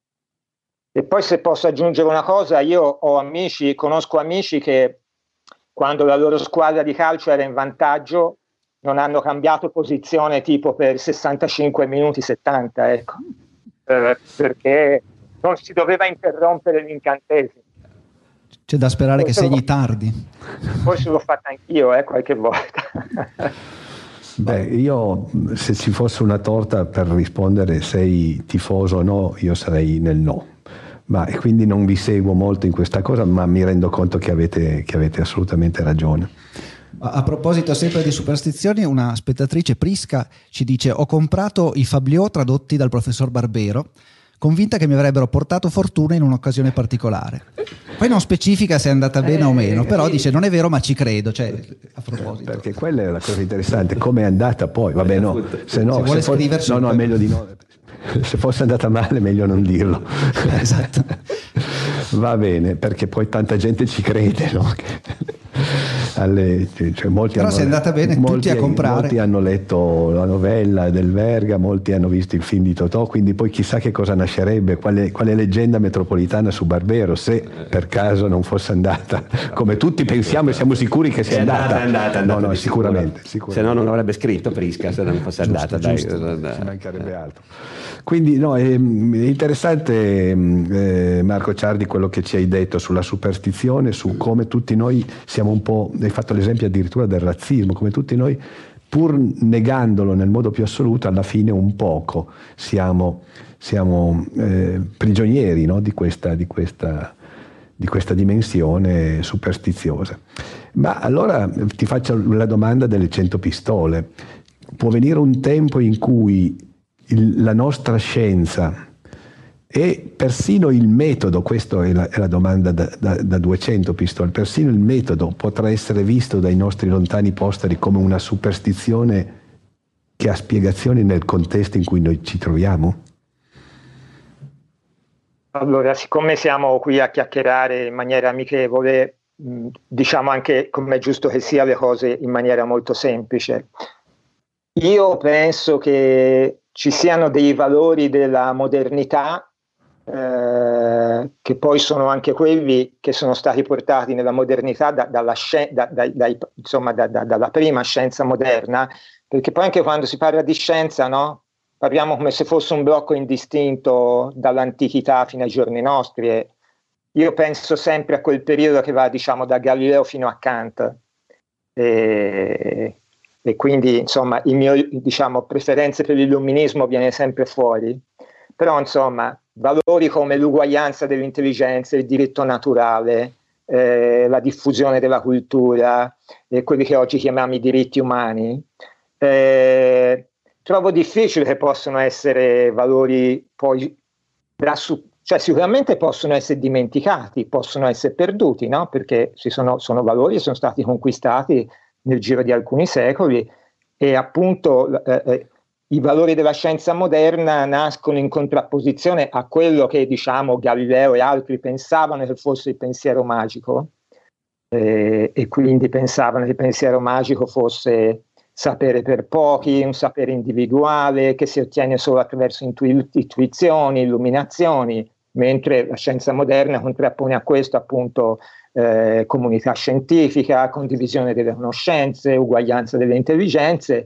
E poi, se posso aggiungere una cosa, io ho amici, conosco amici che quando la loro squadra di calcio era in vantaggio non hanno cambiato posizione tipo per sessantacinque minuti, settanta, ecco, eh, perché non si doveva interrompere l'incantesimo. C'è da sperare Forse che segni l'ho, tardi. Forse l'ho fatta anch'io, eh, qualche volta. Beh, io, se ci fosse una torta per rispondere sei tifoso o no, io sarei nel no. Ma e quindi non vi seguo molto in questa cosa, ma mi rendo conto che avete, che avete assolutamente ragione. A proposito sempre di superstizioni, una spettatrice, Prisca, ci dice: ho comprato i Fabliaux tradotti dal professor Barbero, convinta che mi avrebbero portato fortuna in un'occasione particolare. Poi non specifica se è andata bene eh, o meno, però dice non è vero ma ci credo, cioè, a proposito. Perché quella è la cosa interessante, come è andata poi, vabbè no, se no, se vuole se scriverci no, no, è meglio di no. Se fosse andata male meglio non dirlo. Esatto. Va bene, perché poi tanta gente ci crede, no? Alle, cioè, molti però hanno, se è andata bene molti, tutti a comprare. Molti hanno letto la novella del Verga, molti hanno visto il film di Totò, quindi poi chissà che cosa nascerebbe, quale, quale leggenda metropolitana su Barbero, se per caso non fosse andata come tutti pensiamo e siamo sicuri che sia è andata. andata, è andata, è andata no, no, sicuramente, sicuramente. Se no non avrebbe scritto Prisca se non fosse giusto, andata. Giusto, dai. Ci mancherebbe altro. Quindi no, è, è interessante eh, Marco Ciardi quello che ci hai detto sulla superstizione, su come tutti noi siamo un po', hai fatto l'esempio addirittura del razzismo, come tutti noi pur negandolo nel modo più assoluto alla fine un poco siamo, siamo eh, prigionieri, no, di questa, di questa, di questa dimensione superstiziosa. Ma allora ti faccio la domanda delle cento pistole. Può venire un tempo in cui il, la nostra scienza e persino il metodo, questa è la, è la domanda da, da, da duecento pistole, persino il metodo potrà essere visto dai nostri lontani posteri come una superstizione che ha spiegazioni nel contesto in cui noi ci troviamo? Allora, siccome siamo qui a chiacchierare in maniera amichevole, diciamo anche, come è giusto che sia, le cose in maniera molto semplice. Io penso che ci siano dei valori della modernità eh, che poi sono anche quelli che sono stati portati nella modernità da, dalla, da, da, da, insomma, da, da, dalla prima scienza moderna, perché poi anche quando si parla di scienza, no? Parliamo come se fosse un blocco indistinto dall'antichità fino ai giorni nostri. E io penso sempre a quel periodo che va, diciamo, da Galileo fino a Kant. E, e quindi, insomma, il mio, diciamo, preferenze per l'illuminismo viene sempre fuori. Però, insomma, valori come l'uguaglianza dell'intelligenza, il diritto naturale, eh, la diffusione della cultura, eh, quelli che oggi chiamiamo i diritti umani, eh, trovo difficile che possano essere valori poi da su, cioè sicuramente possono essere dimenticati, possono essere perduti, no? Perché ci sono, sono valori che sono stati conquistati nel giro di alcuni secoli e appunto eh, eh, i valori della scienza moderna nascono in contrapposizione a quello che, diciamo, Galileo e altri pensavano che fosse il pensiero magico, eh, e quindi pensavano che il pensiero magico fosse sapere per pochi, un sapere individuale che si ottiene solo attraverso intu- intuizioni, illuminazioni, mentre la scienza moderna contrappone a questo appunto eh, comunità scientifica, condivisione delle conoscenze, uguaglianza delle intelligenze.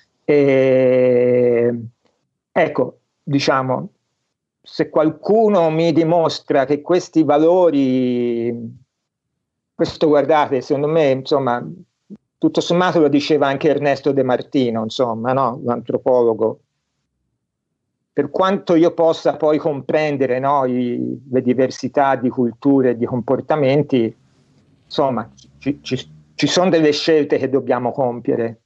E, ecco, diciamo, se qualcuno mi dimostra che questi valori, questo guardate, secondo me, insomma, tutto sommato lo diceva anche Ernesto De Martino, insomma, no? L'antropologo. Per quanto io possa poi comprendere, no, i, le diversità di culture e di comportamenti, insomma, ci, ci, ci sono delle scelte che dobbiamo compiere.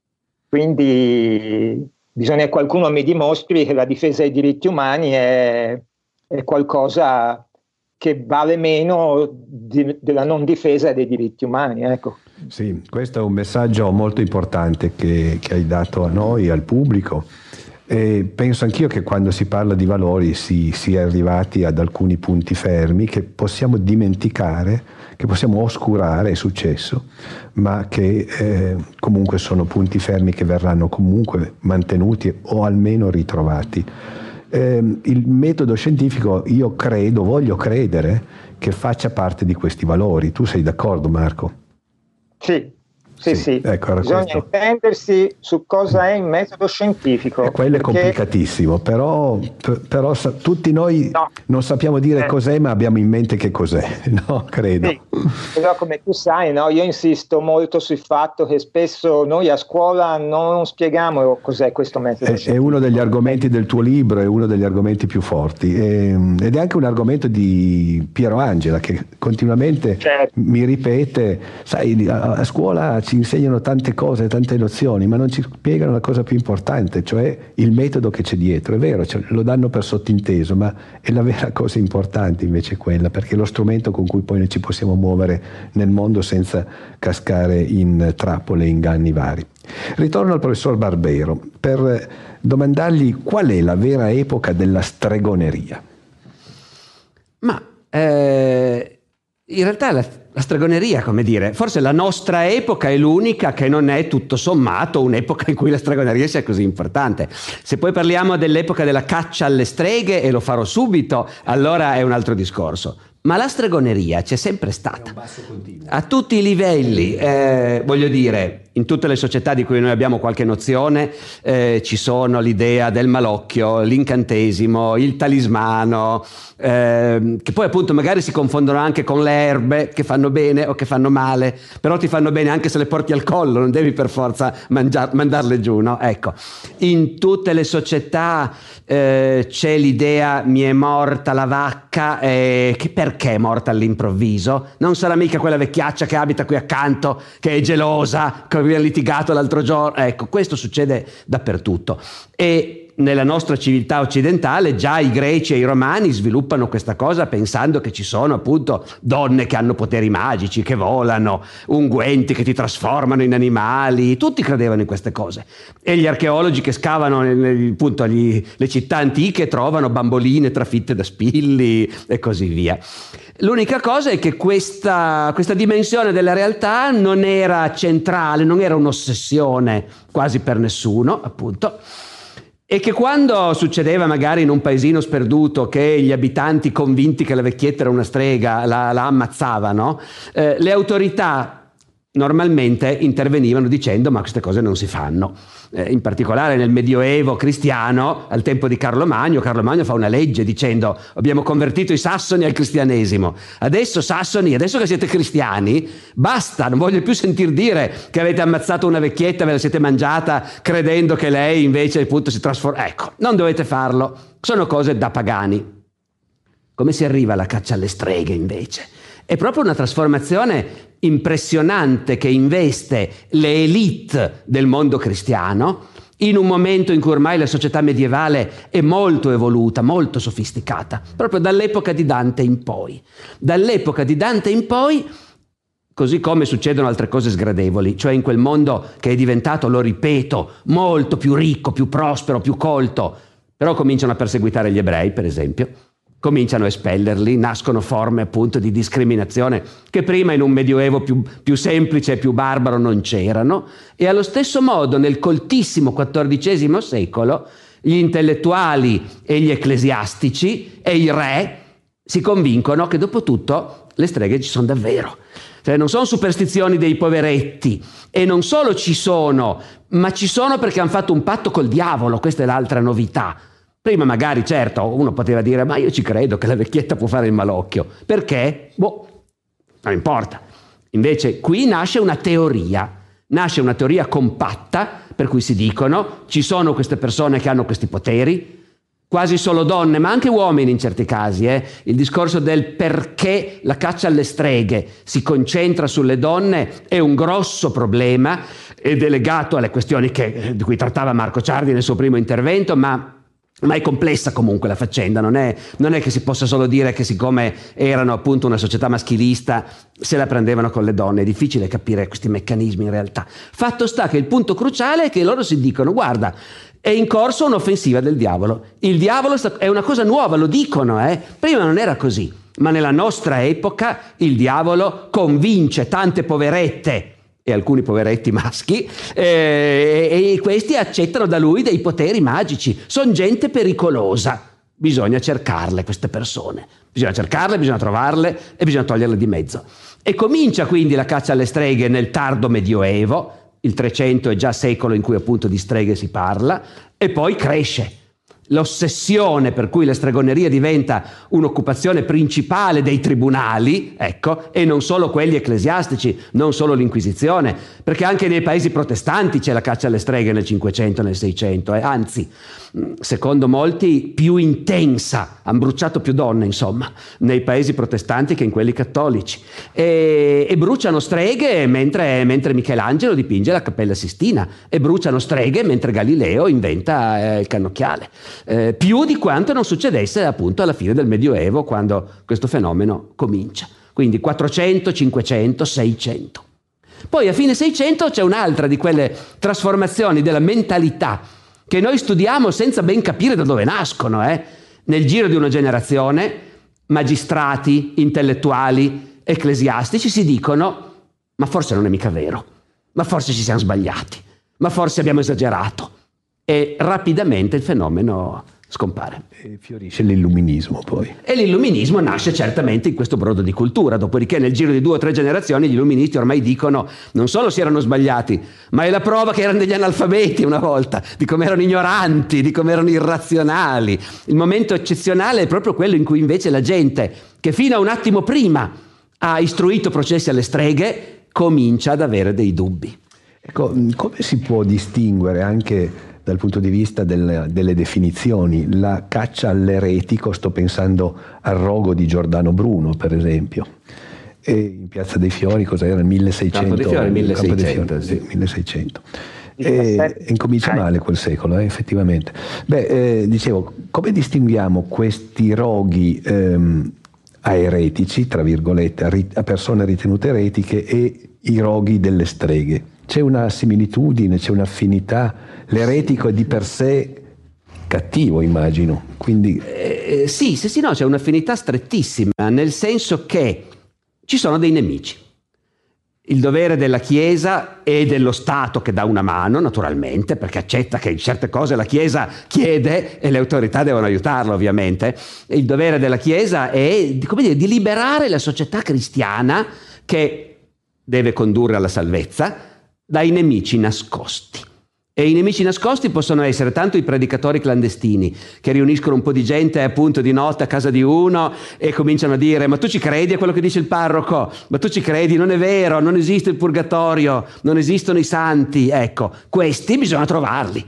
Quindi bisogna che qualcuno mi dimostri che la difesa dei diritti umani è, è qualcosa che vale meno di, della non difesa dei diritti umani, ecco. Sì, questo è un messaggio molto importante che, che hai dato a noi, al pubblico, e penso anch'io che quando si parla di valori si sia arrivati ad alcuni punti fermi che possiamo dimenticare, che possiamo oscurare, è successo, ma che eh, comunque sono punti fermi che verranno comunque mantenuti o almeno ritrovati. Eh, il metodo scientifico, io credo, voglio credere che faccia parte di questi valori. Tu sei d'accordo, Marco? Sì. Sì, sì, sì. Ecco, bisogna questo. intendersi su cosa è il metodo scientifico. E quello perché... è complicatissimo, però, però sa, tutti noi no. non sappiamo dire eh. cos'è, ma abbiamo in mente che cos'è, no? Credo. Sì. Però come tu sai, no, io insisto molto sul fatto che spesso noi a scuola non spieghiamo cos'è questo metodo È, scientifico. è uno degli argomenti del tuo libro, è uno degli argomenti più forti, e, ed è anche un argomento di Piero Angela che continuamente certo. mi ripete, sai, a, a scuola ci insegnano tante cose, tante nozioni, ma non ci spiegano la cosa più importante, cioè il metodo che c'è dietro. È vero, cioè, lo danno per sottinteso, ma è la vera cosa importante invece quella, perché è lo strumento con cui poi noi ci possiamo muovere nel mondo senza cascare in trappole e inganni vari. Ritorno al professor Barbero per domandargli qual è la vera epoca della stregoneria. Ma eh, in realtà la, la stregoneria, come dire, forse la nostra epoca è l'unica che non è tutto sommato un'epoca in cui la stregoneria sia così importante. Se poi parliamo dell'epoca della caccia alle streghe, e lo farò subito, allora è un altro discorso. Ma la stregoneria c'è sempre stata, a tutti i livelli, eh, voglio dire, in tutte le società di cui noi abbiamo qualche nozione eh, ci sono l'idea del malocchio, l'incantesimo, il talismano, eh, che poi appunto magari si confondono anche con le erbe che fanno bene o che fanno male, però ti fanno bene anche se le porti al collo, non devi per forza mangiar, mandarle giù, no? Ecco, in tutte le società eh, c'è l'idea mi è morta la vacca, eh, che perché è morta all'improvviso? Non sarà mica quella vecchiaccia che abita qui accanto, che è gelosa, che abbiamo litigato l'altro giorno. Ecco, questo succede dappertutto. E nella nostra civiltà occidentale già i greci e i romani sviluppano questa cosa pensando che ci sono appunto donne che hanno poteri magici, che volano, unguenti che ti trasformano in animali, tutti credevano in queste cose. E gli archeologi che scavano appunto gli, le città antiche trovano bamboline trafitte da spilli e così via. L'unica cosa è che questa, questa dimensione della realtà non era centrale, non era un'ossessione quasi per nessuno, appunto, e che quando succedeva magari in un paesino sperduto che gli abitanti convinti che la vecchietta era una strega la, la ammazzavano, eh, le autorità normalmente intervenivano dicendo ma queste cose non si fanno. Eh, in particolare nel Medioevo cristiano, al tempo di Carlo Magno, Carlo Magno fa una legge dicendo abbiamo convertito i sassoni al cristianesimo, adesso sassoni, adesso che siete cristiani, basta, non voglio più sentir dire che avete ammazzato una vecchietta, ve la siete mangiata credendo che lei invece appunto si trasforma. Ecco, non dovete farlo, sono cose da pagani. Come si arriva alla caccia alle streghe invece? È proprio una trasformazione impressionante che investe le élite del mondo cristiano in un momento in cui ormai la società medievale è molto evoluta, molto sofisticata, proprio dall'epoca di Dante in poi. Dall'epoca di Dante in poi, così come succedono altre cose sgradevoli, cioè in quel mondo che è diventato, lo ripeto, molto più ricco, più prospero, più colto, però cominciano a perseguitare gli ebrei, per esempio, cominciano a espellerli, nascono forme appunto di discriminazione che prima in un medioevo più, più semplice e più barbaro non c'erano, e allo stesso modo nel coltissimo quattordicesimo secolo gli intellettuali e gli ecclesiastici e i re si convincono che dopo tutto le streghe ci sono davvero. Cioè non sono superstizioni dei poveretti, e non solo ci sono, ma ci sono perché hanno fatto un patto col diavolo. Questa è l'altra novità. Prima magari, certo, uno poteva dire ma io ci credo che la vecchietta può fare il malocchio. Perché? Boh, non importa. Invece qui nasce una teoria, nasce una teoria compatta per cui si dicono ci sono queste persone che hanno questi poteri, quasi solo donne, ma anche uomini in certi casi. Eh? Il discorso del perché la caccia alle streghe si concentra sulle donne è un grosso problema ed è legato alle questioni che, di cui trattava Marco Ciardi nel suo primo intervento, ma Ma è complessa comunque la faccenda, non è, non è che si possa solo dire che siccome erano appunto una società maschilista se la prendevano con le donne, è difficile capire questi meccanismi in realtà. Fatto sta che il punto cruciale è che loro si dicono guarda, è in corso un'offensiva del diavolo, il diavolo è una cosa nuova, lo dicono, eh? Prima non era così, ma nella nostra epoca il diavolo convince tante poverette e alcuni poveretti maschi, eh, e questi accettano da lui dei poteri magici. Sono gente pericolosa, bisogna cercarle queste persone, bisogna cercarle, bisogna trovarle e bisogna toglierle di mezzo. E comincia quindi la caccia alle streghe nel tardo medioevo, il trecento è già secolo in cui appunto di streghe si parla, e poi cresce. L'ossessione per cui la stregoneria diventa un'occupazione principale dei tribunali, ecco, e non solo quelli ecclesiastici, non solo l'Inquisizione, perché anche nei paesi protestanti c'è la caccia alle streghe nel Cinquecento e nel Seicento, eh, anzi, secondo molti più intensa, hanno bruciato più donne, insomma, nei paesi protestanti che in quelli cattolici, e, e bruciano streghe mentre, mentre Michelangelo dipinge la Cappella Sistina, e bruciano streghe mentre Galileo inventa eh, il cannocchiale. Eh, più di quanto non succedesse appunto alla fine del Medioevo, quando questo fenomeno comincia. Quindi quattrocento, cinquecento, seicento. Poi a fine Seicento c'è un'altra di quelle trasformazioni della mentalità che noi studiamo senza ben capire da dove nascono. Eh? Nel giro di una generazione, magistrati, intellettuali, ecclesiastici si dicono ma forse non è mica vero, ma forse ci siamo sbagliati, ma forse abbiamo esagerato. E rapidamente il fenomeno scompare. E fiorisce l'illuminismo poi. E l'illuminismo nasce certamente in questo brodo di cultura, dopodiché nel giro di due o tre generazioni gli illuministi ormai dicono non solo si erano sbagliati, ma è la prova che erano degli analfabeti una volta, di come erano ignoranti, di come erano irrazionali. Il momento eccezionale è proprio quello in cui invece la gente, che fino a un attimo prima ha istruito processi alle streghe, comincia ad avere dei dubbi. Ecco, come si può distinguere anche dal punto di vista del, delle definizioni la caccia all'eretico? Sto pensando al rogo di Giordano Bruno, per esempio, e in Piazza dei Fiori cos'era? Il milleseicento? Campo dei Fiori, milleseicento, Fiori, sì. sì, milleseicento. E, e incomincia male quel secolo, eh, effettivamente. Beh, eh, dicevo, come distinguiamo questi roghi ehm, a eretici, tra virgolette, a, rit- a persone ritenute eretiche, e i roghi delle streghe? C'è una similitudine, c'è un'affinità? L'eretico è di per sé cattivo, immagino. Quindi... Eh, sì, sì, sì, no, c'è un'affinità strettissima, nel senso che ci sono dei nemici. Il dovere della Chiesa e dello Stato, che dà una mano, naturalmente, perché accetta che in certe cose la Chiesa chiede e le autorità devono aiutarlo, ovviamente. Il dovere della Chiesa è, come dire, di liberare la società cristiana, che deve condurre alla salvezza, dai nemici nascosti. E i nemici nascosti possono essere tanto i predicatori clandestini che riuniscono un po' di gente appunto di notte a casa di uno e cominciano a dire ma tu ci credi a quello che dice il parroco? Ma tu ci credi? Non è vero, non esiste il purgatorio, non esistono i santi. Ecco, questi bisogna trovarli.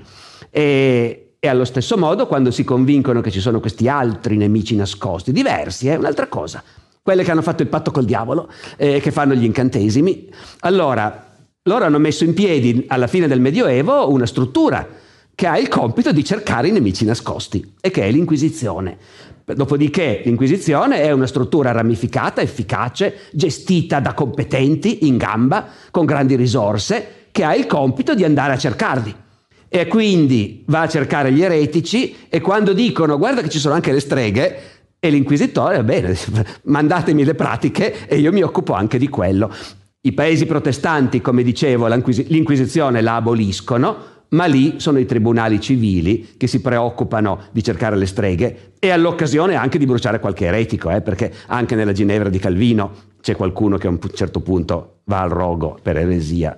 E, e allo stesso modo quando si convincono che ci sono questi altri nemici nascosti, diversi, è eh, un'altra cosa. quelle che hanno fatto il patto col diavolo, eh, che fanno gli incantesimi. Allora, loro hanno messo in piedi alla fine del Medioevo una struttura che ha il compito di cercare i nemici nascosti, e che è l'Inquisizione. Dopodiché l'Inquisizione è una struttura ramificata, efficace, gestita da competenti, in gamba, con grandi risorse, che ha il compito di andare a cercarli. E quindi va a cercare gli eretici, e quando dicono guarda che ci sono anche le streghe, e l'inquisitore, va bene, mandatemi le pratiche e io mi occupo anche di quello. I paesi protestanti, come dicevo, l'Inquisizione la aboliscono, ma lì sono i tribunali civili che si preoccupano di cercare le streghe, e all'occasione anche di bruciare qualche eretico, eh, perché anche nella Ginevra di Calvino c'è qualcuno che a un certo punto va al rogo per eresia.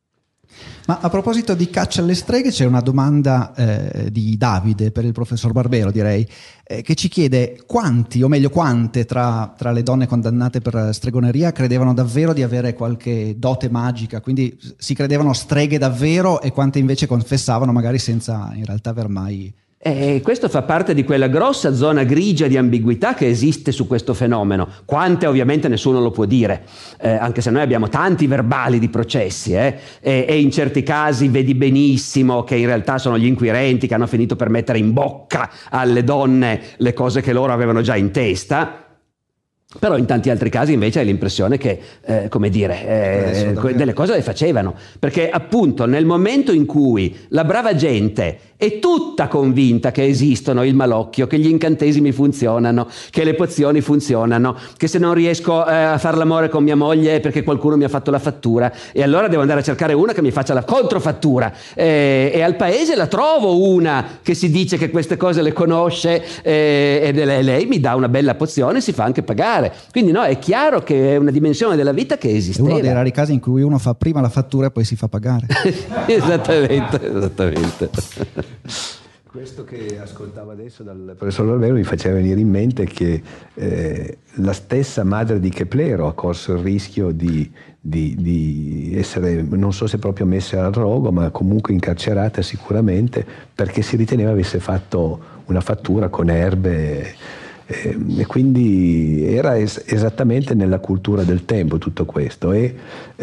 Ma a proposito di caccia alle streghe, c'è una domanda eh, di Davide per il professor Barbero, direi, eh, che ci chiede quanti, o meglio quante, tra, tra le donne condannate per stregoneria credevano davvero di avere qualche dote magica, quindi si credevano streghe davvero, e quante invece confessavano magari senza in realtà aver mai... E questo fa parte di quella grossa zona grigia di ambiguità che esiste su questo fenomeno. Quante ovviamente nessuno lo può dire, eh, anche se noi abbiamo tanti verbali di processi, eh, e, e in certi casi vedi benissimo che in realtà sono gli inquirenti che hanno finito per mettere in bocca alle donne le cose che loro avevano già in testa. Però in tanti altri casi invece hai l'impressione che, eh, come dire, eh, delle cose le facevano, perché appunto nel momento in cui la brava gente è tutta convinta che esistono il malocchio, che gli incantesimi funzionano, che le pozioni funzionano, che se non riesco eh, a fare l'amore con mia moglie è perché qualcuno mi ha fatto la fattura, e allora devo andare a cercare una che mi faccia la controfattura, eh, e al paese la trovo una che si dice che queste cose le conosce, eh, e lei, lei mi dà una bella pozione e si fa anche pagare. Quindi no, è chiaro che è una dimensione della vita che esisteva. È uno dei rari casi in cui uno fa prima la fattura e poi si fa pagare. esattamente, esattamente. Questo che ascoltavo adesso dal professor Barbero mi faceva venire in mente che eh, la stessa madre di Keplero ha corso il rischio di, di, di essere, non so se proprio messa al rogo, ma comunque incarcerata sicuramente, perché si riteneva avesse fatto una fattura con erbe. Eh, e quindi era es- esattamente nella cultura del tempo tutto questo, e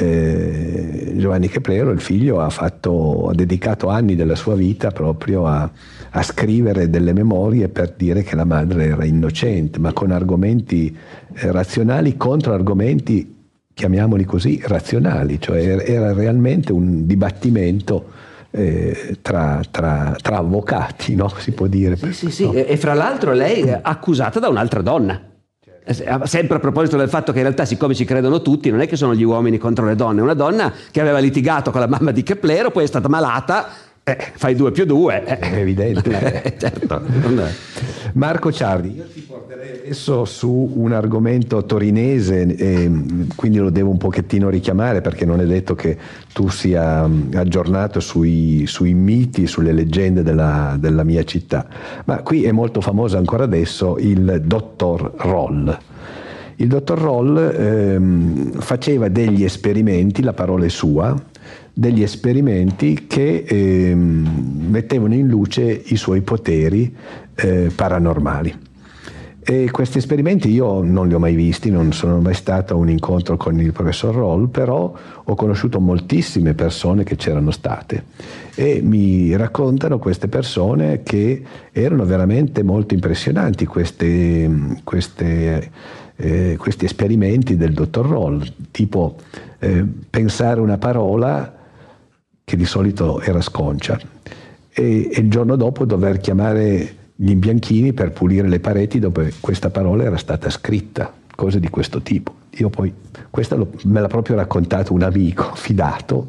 eh, Giovanni Keplero, il figlio, ha, fatto, ha dedicato anni della sua vita proprio a, a scrivere delle memorie per dire che la madre era innocente, ma con argomenti eh, razionali contro argomenti, chiamiamoli così, razionali, cioè era, era realmente un dibattimento Eh, tra, tra, tra avvocati, no? Si può dire. Sì, sì, sì. No? E, e fra l'altro lei è accusata da un'altra donna. Certo. Sempre a proposito del fatto che in realtà, siccome ci credono tutti, non è che sono gli uomini contro le donne, è una donna che aveva litigato con la mamma di Keplero, poi è stata malata, eh, fai due più due. Eh. È evidente. Eh, certo. Marco Ciardi, io ti porterei adesso su un argomento torinese, e quindi lo devo un pochettino richiamare, perché non è detto che tu sia aggiornato sui, sui miti, sulle leggende della, della mia città, ma qui è molto famoso ancora adesso il dottor Roll. Il dottor Roll ehm, faceva degli esperimenti, la parola è sua, degli esperimenti che ehm, mettevano in luce i suoi poteri eh, paranormali. E questi esperimenti io non li ho mai visti, non sono mai stato a un incontro con il professor Roll, però ho conosciuto moltissime persone che c'erano state, e mi raccontano queste persone che erano veramente molto impressionanti, queste, queste, eh, questi esperimenti del dottor Roll, tipo eh, pensare una parola che di solito era sconcia, e, e il giorno dopo dover chiamare gli imbianchini per pulire le pareti dove questa parola era stata scritta, cose di questo tipo. Io poi, questa lo, me l'ha proprio raccontato un amico fidato,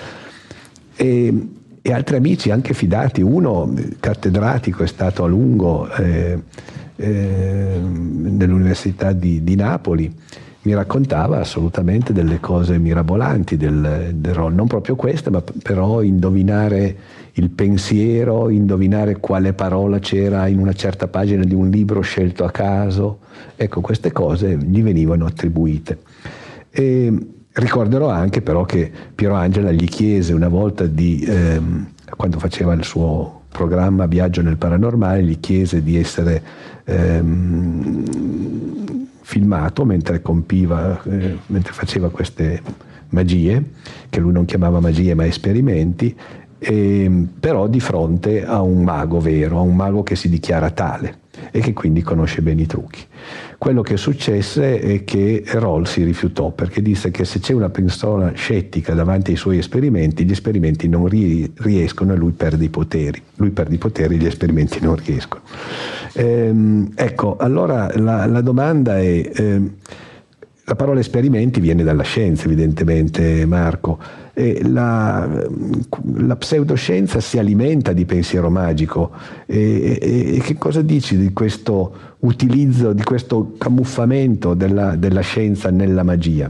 e, e altri amici anche fidati. Uno cattedratico, è stato a lungo eh, eh, nell'Università di, di Napoli, mi raccontava assolutamente delle cose mirabolanti del, del Roll, non proprio queste, ma però indovinare il pensiero, indovinare quale parola c'era in una certa pagina di un libro scelto a caso. Ecco, queste cose gli venivano attribuite. E ricorderò anche però che Piero Angela gli chiese una volta di, ehm, quando faceva il suo programma Viaggio nel Paranormale, gli chiese di essere ehm, filmato mentre compiva, eh, mentre faceva queste magie, che lui non chiamava magie ma esperimenti, e, però di fronte a un mago vero, a un mago che si dichiara tale e che quindi conosce bene i trucchi. Quello che successe è che Roll si rifiutò, perché disse che se c'è una persona scettica davanti ai suoi esperimenti, gli esperimenti non ri- riescono e lui perde i poteri. Lui perde i poteri, gli esperimenti non riescono. Ehm, ecco, allora la, la domanda è, ehm, la parola esperimenti viene dalla scienza, evidentemente, Marco. E la, la pseudoscienza si alimenta di pensiero magico, e, e, e che cosa dici di questo utilizzo, di questo camuffamento della, della scienza nella magia?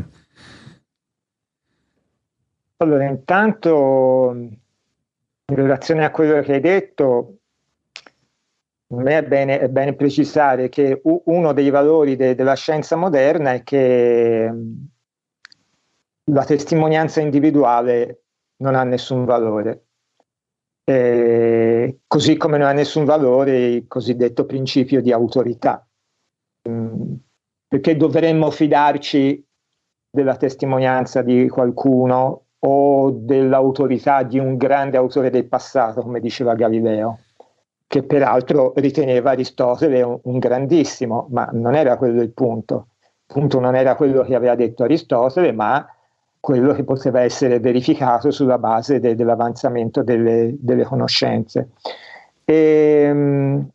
Allora, intanto, in relazione a quello che hai detto, per me è bene, è bene precisare che uno dei valori de, della scienza moderna è che la testimonianza individuale non ha nessun valore, eh, così come non ha nessun valore il cosiddetto principio di autorità, mm, perché dovremmo fidarci della testimonianza di qualcuno o dell'autorità di un grande autore del passato, come diceva Galileo, che peraltro riteneva Aristotele un, un grandissimo, ma non era quello il punto. Il punto non era quello che aveva detto Aristotele, ma quello che poteva essere verificato sulla base de, dell'avanzamento delle, delle conoscenze. E, mh,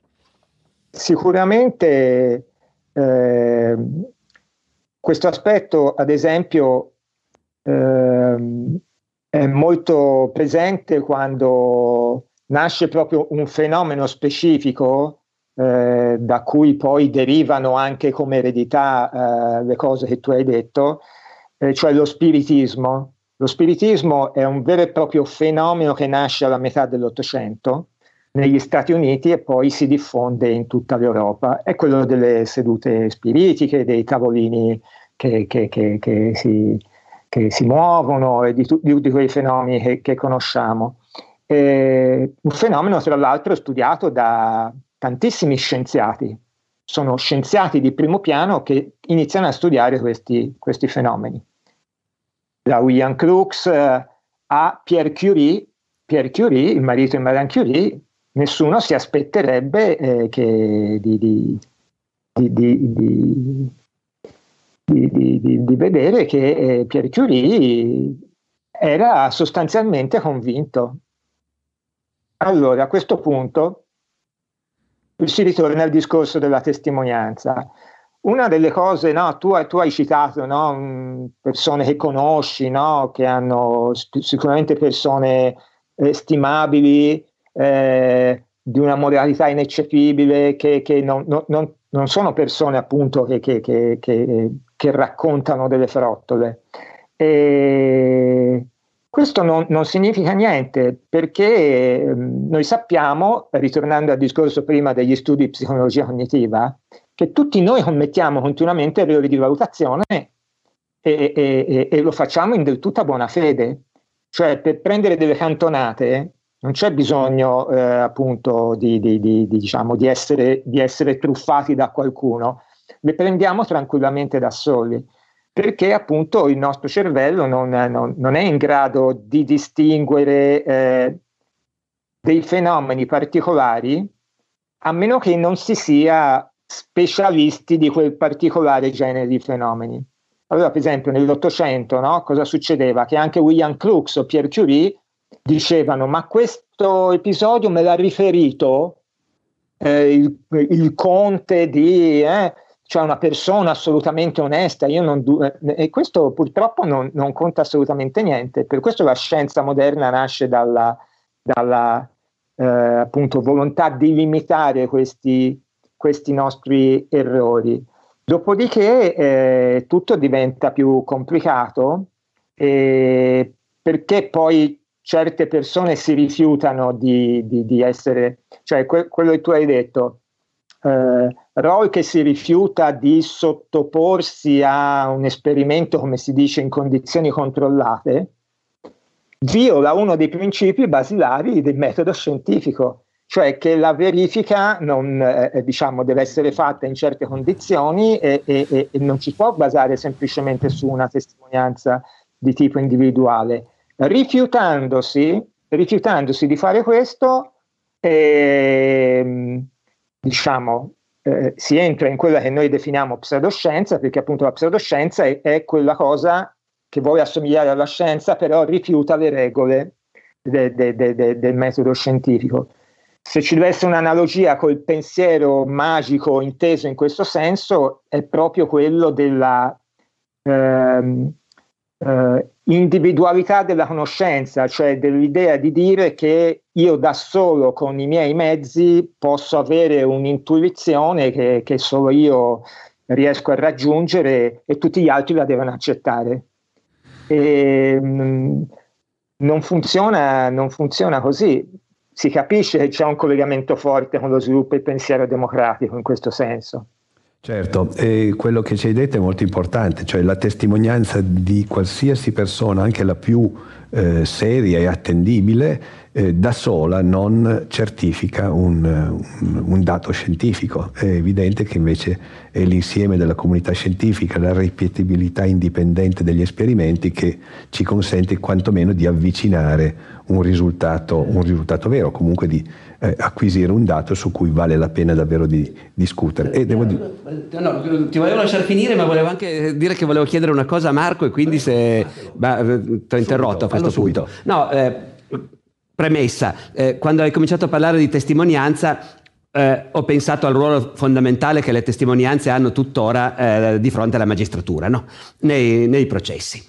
sicuramente eh, questo aspetto, ad esempio, eh, è molto presente quando nasce proprio un fenomeno specifico eh, da cui poi derivano anche come eredità eh, le cose che tu hai detto, eh, cioè lo spiritismo. Lo spiritismo è un vero e proprio fenomeno che nasce alla metà dell'Ottocento negli Stati Uniti e poi si diffonde in tutta l'Europa. È quello delle sedute spiritiche, dei tavolini che, che, che, che, si, che si muovono e di, di, di quei fenomeni che, che conosciamo. Eh, un fenomeno tra l'altro studiato da tantissimi scienziati. Sono scienziati di primo piano che iniziano a studiare questi, questi fenomeni. Da William Crookes eh, a Pierre Curie, Pierre Curie, il marito di Marie Curie, nessuno si aspetterebbe eh, che di, di, di, di, di, di, di, di vedere che eh, Pierre Curie era sostanzialmente convinto. Allora, a questo punto si ritorna al discorso della testimonianza. Una delle cose, no, tu, tu hai citato, no, persone che conosci, no, che hanno sicuramente persone eh, stimabili, eh, di una moralità ineccepibile, che, che non, non, non sono persone appunto che, che, che, che, che raccontano delle frottole. E questo non, non significa niente, perché eh, noi sappiamo, ritornando al discorso prima degli studi di psicologia cognitiva, che tutti noi commettiamo continuamente errori di valutazione e, e, e, e lo facciamo in del tutta buona fede. Cioè, per prendere delle cantonate non c'è bisogno eh, appunto di, di, di, di, diciamo, di, essere, di essere truffati da qualcuno, le prendiamo tranquillamente da soli, perché appunto il nostro cervello non, non, non è in grado di distinguere eh, dei fenomeni particolari a meno che non si sia specialisti di quel particolare genere di fenomeni. Allora, per esempio, nell'Ottocento, no, cosa succedeva? Che anche William Crookes o Pierre Curie dicevano: ma questo episodio me l'ha riferito eh, il, il conte di... Eh, cioè una persona assolutamente onesta, io non du- e questo purtroppo non, non conta assolutamente niente. Per questo la scienza moderna nasce dalla, dalla eh, appunto volontà di limitare questi, questi nostri errori. Dopodiché eh, tutto diventa più complicato eh, perché poi certe persone si rifiutano di, di, di essere, cioè que- quello che tu hai detto, eh, Roll che si rifiuta di sottoporsi a un esperimento, come si dice, in condizioni controllate, viola uno dei principi basilari del metodo scientifico, cioè che la verifica non, eh, diciamo, deve essere fatta in certe condizioni e, e, e non ci può basare semplicemente su una testimonianza di tipo individuale. Rifiutandosi, rifiutandosi di fare questo, eh, diciamo, eh, si entra in quella che noi definiamo pseudoscienza, perché appunto la pseudoscienza è, è quella cosa che vuole assomigliare alla scienza, però rifiuta le regole de, de, de, de, del metodo scientifico. Se ci deve essere un'analogia col pensiero magico inteso in questo senso, è proprio quello della ehm, eh, individualità della conoscenza, cioè dell'idea di dire che io da solo con i miei mezzi posso avere un'intuizione che, che solo io riesco a raggiungere e tutti gli altri la devono accettare. E, mh, non funziona, non funziona così. Si capisce che c'è un collegamento forte con lo sviluppo del pensiero democratico in questo senso. Certo, e quello che ci hai detto è molto importante, cioè la testimonianza di qualsiasi persona, anche la più eh, seria e attendibile, eh, da sola non certifica un, un, un dato scientifico. È evidente che invece è l'insieme della comunità scientifica, la ripetibilità indipendente degli esperimenti che ci consente quantomeno di avvicinare un risultato, un risultato vero, comunque di eh, acquisire un dato su cui vale la pena davvero di discutere. E devo di... no, ti volevo lasciare finire, ma volevo anche dire che volevo chiedere una cosa a Marco, e quindi se bah, ti ho interrotto a questo punto. No, eh, premessa, eh, quando hai cominciato a parlare di testimonianza, eh, ho pensato al ruolo fondamentale che le testimonianze hanno tuttora eh, di fronte alla magistratura, no? nei, nei processi.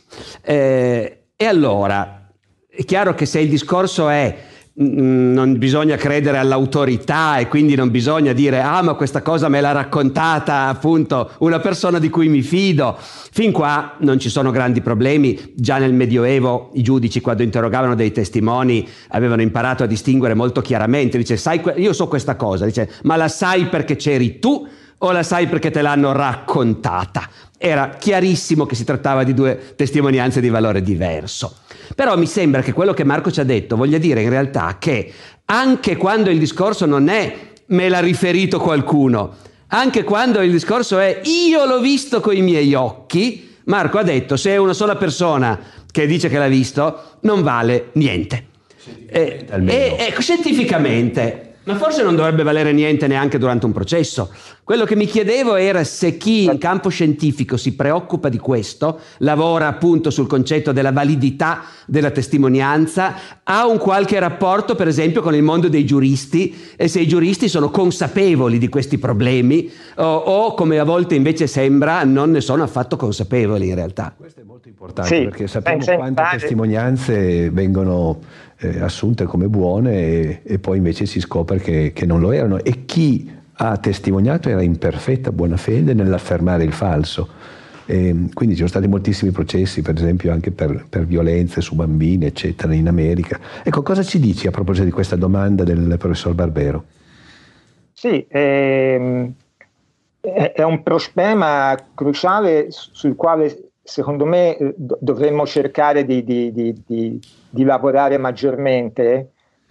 Eh, e allora, è chiaro che se il discorso è mh, non bisogna credere all'autorità e quindi non bisogna dire ah ma questa cosa me l'ha raccontata appunto una persona di cui mi fido, fin qua non ci sono grandi problemi. Già nel Medioevo i giudici, quando interrogavano dei testimoni, avevano imparato a distinguere molto chiaramente. Dice, sai, io so questa cosa, dice, ma la sai perché c'eri tu o la sai perché te l'hanno raccontata? Era chiarissimo che si trattava di due testimonianze di valore diverso. Però mi sembra che quello che Marco ci ha detto voglia dire in realtà che anche quando il discorso non è me l'ha riferito qualcuno, anche quando il discorso è io l'ho visto coi miei occhi, Marco ha detto se è una sola persona che dice che l'ha visto non vale niente. E, e, e scientificamente, ma forse non dovrebbe valere niente neanche durante un processo. Quello che mi chiedevo era se chi in campo scientifico si preoccupa di questo, lavora appunto sul concetto della validità della testimonianza, ha un qualche rapporto per esempio con il mondo dei giuristi, e se i giuristi sono consapevoli di questi problemi o, o come a volte invece sembra non ne sono affatto consapevoli in realtà. Questo è molto importante, sì, perché sappiamo penso, quante pare... testimonianze vengono eh, assunte come buone e, e poi invece si scopre che, che non lo erano, e chi ha testimoniato era in perfetta buona fede nell'affermare il falso. E quindi ci sono stati moltissimi processi, per esempio anche per, per violenze su bambini eccetera in America. Ecco, cosa ci dici a proposito di questa domanda del professor Barbero? Sì, ehm, è un problema cruciale sul quale secondo me dovremmo cercare di, di, di, di, di lavorare maggiormente,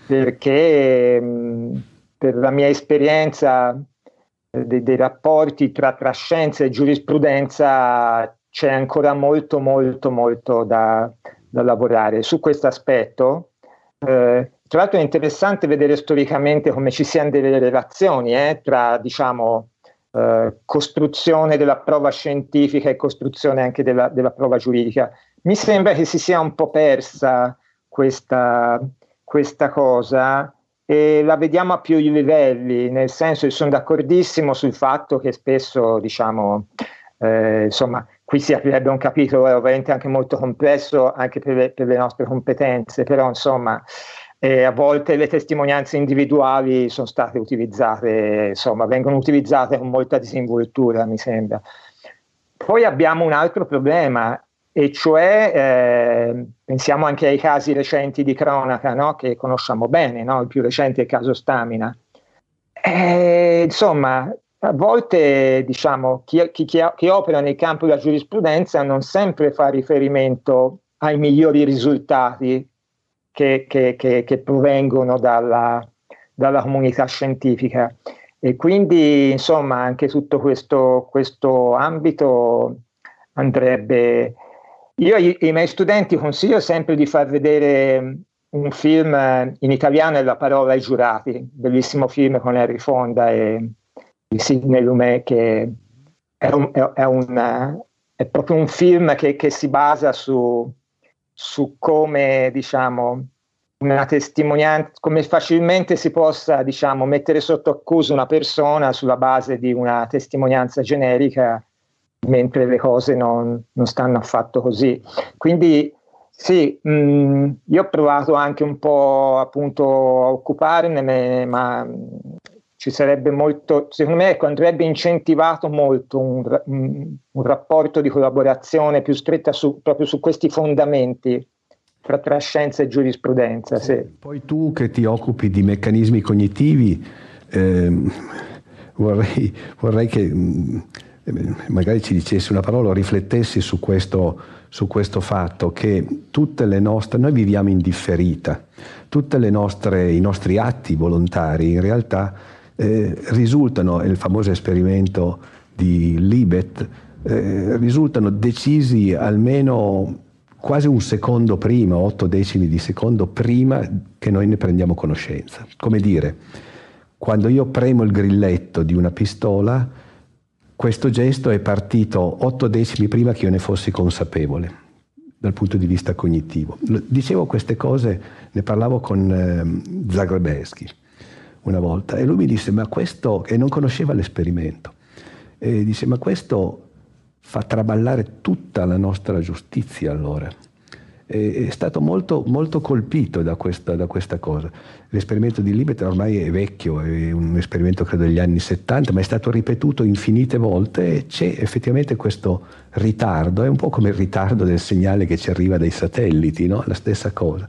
perché mh, per la mia esperienza eh, dei, dei rapporti tra, tra scienza e giurisprudenza c'è ancora molto molto molto da, da lavorare su questo aspetto. Eh, tra l'altro è interessante vedere storicamente come ci siano delle relazioni eh, tra diciamo eh, costruzione della prova scientifica e costruzione anche della, della prova giuridica. Mi sembra che si sia un po' persa questa, questa cosa, e la vediamo a più livelli, nel senso che sono d'accordissimo sul fatto che spesso, diciamo, eh, insomma, qui si aprirebbe un capitolo ovviamente anche molto complesso anche per le, per le nostre competenze, però insomma, eh, a volte le testimonianze individuali sono state utilizzate, insomma, vengono utilizzate con molta disinvoltura, mi sembra. Poi abbiamo un altro problema, e cioè eh, pensiamo anche ai casi recenti di cronaca, no? Che conosciamo bene, no? Il più recente è il caso Stamina. E, insomma, a volte diciamo chi, chi, chi, chi opera nel campo della giurisprudenza non sempre fa riferimento ai migliori risultati che, che, che, che provengono dalla, dalla comunità scientifica. E quindi, insomma, anche tutto questo, questo ambito andrebbe... Io ai, ai miei studenti consiglio sempre di far vedere un film in italiano, è La parola ai giurati, bellissimo film con Henry Fonda e Sidney Lumet, che è, un, è, è, un, è proprio un film che, che si basa su, su come, diciamo, una testimonianza, come facilmente si possa, diciamo, mettere sotto accusa una persona sulla base di una testimonianza generica, mentre le cose non, non stanno affatto così. Quindi sì, mh, io ho provato anche un po' appunto a occuparmene, ma ci sarebbe molto, secondo me ecco, andrebbe incentivato molto un, un, un rapporto di collaborazione più stretta su, proprio su questi fondamenti tra, tra scienza e giurisprudenza. Sì. Sì. Poi tu che ti occupi di meccanismi cognitivi, ehm, vorrei, vorrei che mh, magari ci dicessi una parola o riflettessi su questo, su questo fatto che tutte le nostre, noi viviamo in differita, tutte le nostre, i nostri atti volontari in realtà eh, risultano, è il famoso esperimento di Libet, eh, risultano decisi almeno quasi un secondo prima, otto decimi di secondo prima che noi ne prendiamo conoscenza. Come dire, quando io premo il grilletto di una pistola, questo gesto è partito otto decimi prima che io ne fossi consapevole dal punto di vista cognitivo. Dicevo queste cose, ne parlavo con eh, Zagrebelsky una volta e lui mi disse, ma questo, e non conosceva l'esperimento, e dice, ma questo fa traballare tutta la nostra giustizia allora. È stato molto, molto colpito da questa, da questa cosa. L'esperimento di Libet ormai è vecchio, è un esperimento credo degli anni settanta, ma è stato ripetuto infinite volte e c'è effettivamente questo ritardo, è un po' come il ritardo del segnale che ci arriva dai satelliti, no? La stessa cosa.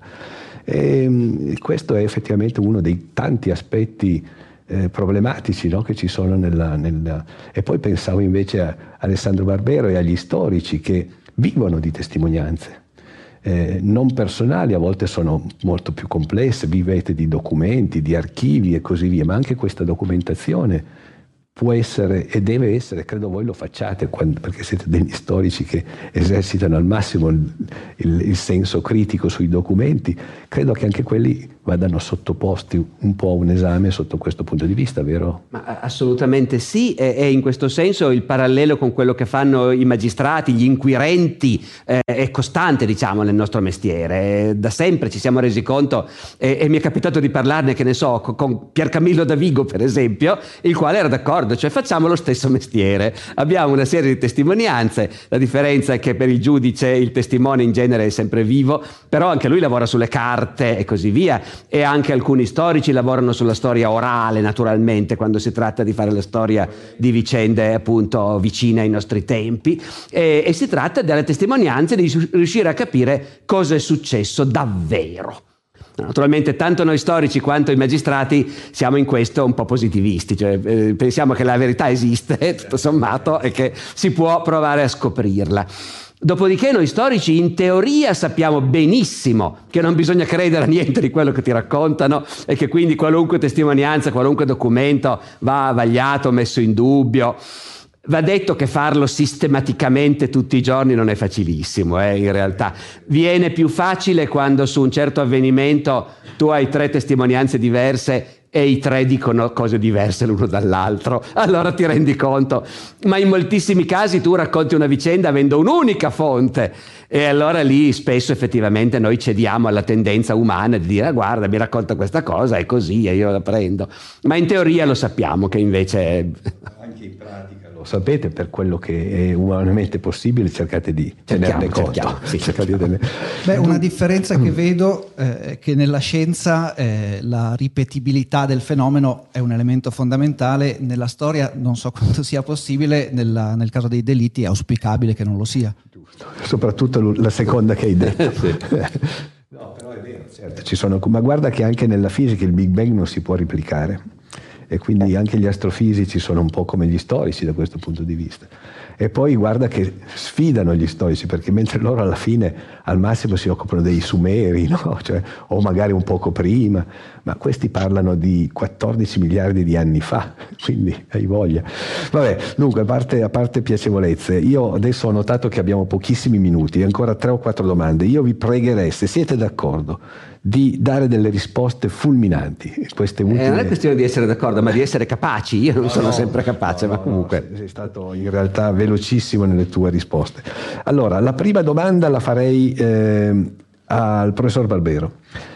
E questo è effettivamente uno dei tanti aspetti eh, problematici, no? Che ci sono nella, nella... E poi pensavo invece a Alessandro Barbero e agli storici che vivono di testimonianze. Eh, non personali, a volte sono molto più complesse, vivete di documenti, di archivi e così via, ma anche questa documentazione può essere e deve essere, credo voi lo facciate quando, perché siete degli storici che esercitano al massimo il, il, il senso critico sui documenti, credo che anche quelli vadano sottoposti un po' a un esame sotto questo punto di vista, vero? Ma assolutamente sì, e, e in questo senso il parallelo con quello che fanno i magistrati, gli inquirenti, eh, è costante, diciamo, nel nostro mestiere. Da sempre ci siamo resi conto, e, e mi è capitato di parlarne, che ne so, con, con Piercamillo Davigo per esempio, il quale era d'accordo, cioè facciamo lo stesso mestiere, abbiamo una serie di testimonianze, la differenza è che per il giudice il testimone in genere è sempre vivo, però anche lui lavora sulle carte e così via. E anche alcuni storici lavorano sulla storia orale, naturalmente, quando si tratta di fare la storia di vicende appunto vicine ai nostri tempi, e, e si tratta delle testimonianze, di riuscire a capire cosa è successo davvero. Naturalmente tanto noi storici quanto i magistrati siamo in questo un po' positivisti, cioè eh, pensiamo che la verità esiste tutto sommato e che si può provare a scoprirla. Dopodiché noi storici in teoria sappiamo benissimo che non bisogna credere a niente di quello che ti raccontano e che quindi qualunque testimonianza, qualunque documento va vagliato, messo in dubbio. Va detto che farlo sistematicamente tutti i giorni non è facilissimo, eh, in realtà. Viene più facile quando su un certo avvenimento tu hai tre testimonianze diverse e i tre dicono cose diverse l'uno dall'altro, allora ti rendi conto. Ma in moltissimi casi tu racconti una vicenda avendo un'unica fonte e allora lì spesso effettivamente noi cediamo alla tendenza umana di dire ah, guarda, mi racconta questa cosa, è così e io la prendo. Ma in teoria lo sappiamo che invece è... Anche in pratica lo sapete, per quello che è umanamente possibile cercate di tenerne conto. Cerchiamo, sì, cercate di... Beh, una differenza che vedo eh, è che nella scienza eh, la ripetibilità del fenomeno è un elemento fondamentale, nella storia non so quanto sia possibile, nella, nel caso dei delitti è auspicabile che non lo sia. Giusto. Soprattutto la seconda che hai detto. Sì. No, però è vero, certo, ci sono, ma guarda che anche nella fisica il Big Bang non si può replicare. e quindi anche gli astrofisici sono un po' come gli storici da questo punto di vista. E poi guarda che sfidano gli storici, perché mentre loro alla fine al massimo si occupano dei Sumeri, no? Cioè, o magari un poco prima, ma questi parlano di quattordici miliardi di anni fa, quindi hai voglia. Vabbè, dunque, a parte, a parte piacevolezze, io adesso ho notato che abbiamo pochissimi minuti, ancora tre o quattro domande. Io vi pregherei, se siete d'accordo, di dare delle risposte fulminanti. Queste ultime... eh, non è questione di essere d'accordo, ma di essere capaci. Io non no, sono no, sempre capace, no, ma comunque no, sei stato in realtà velocissimo nelle tue risposte. Allora, la prima domanda la farei eh, al professor Barbero.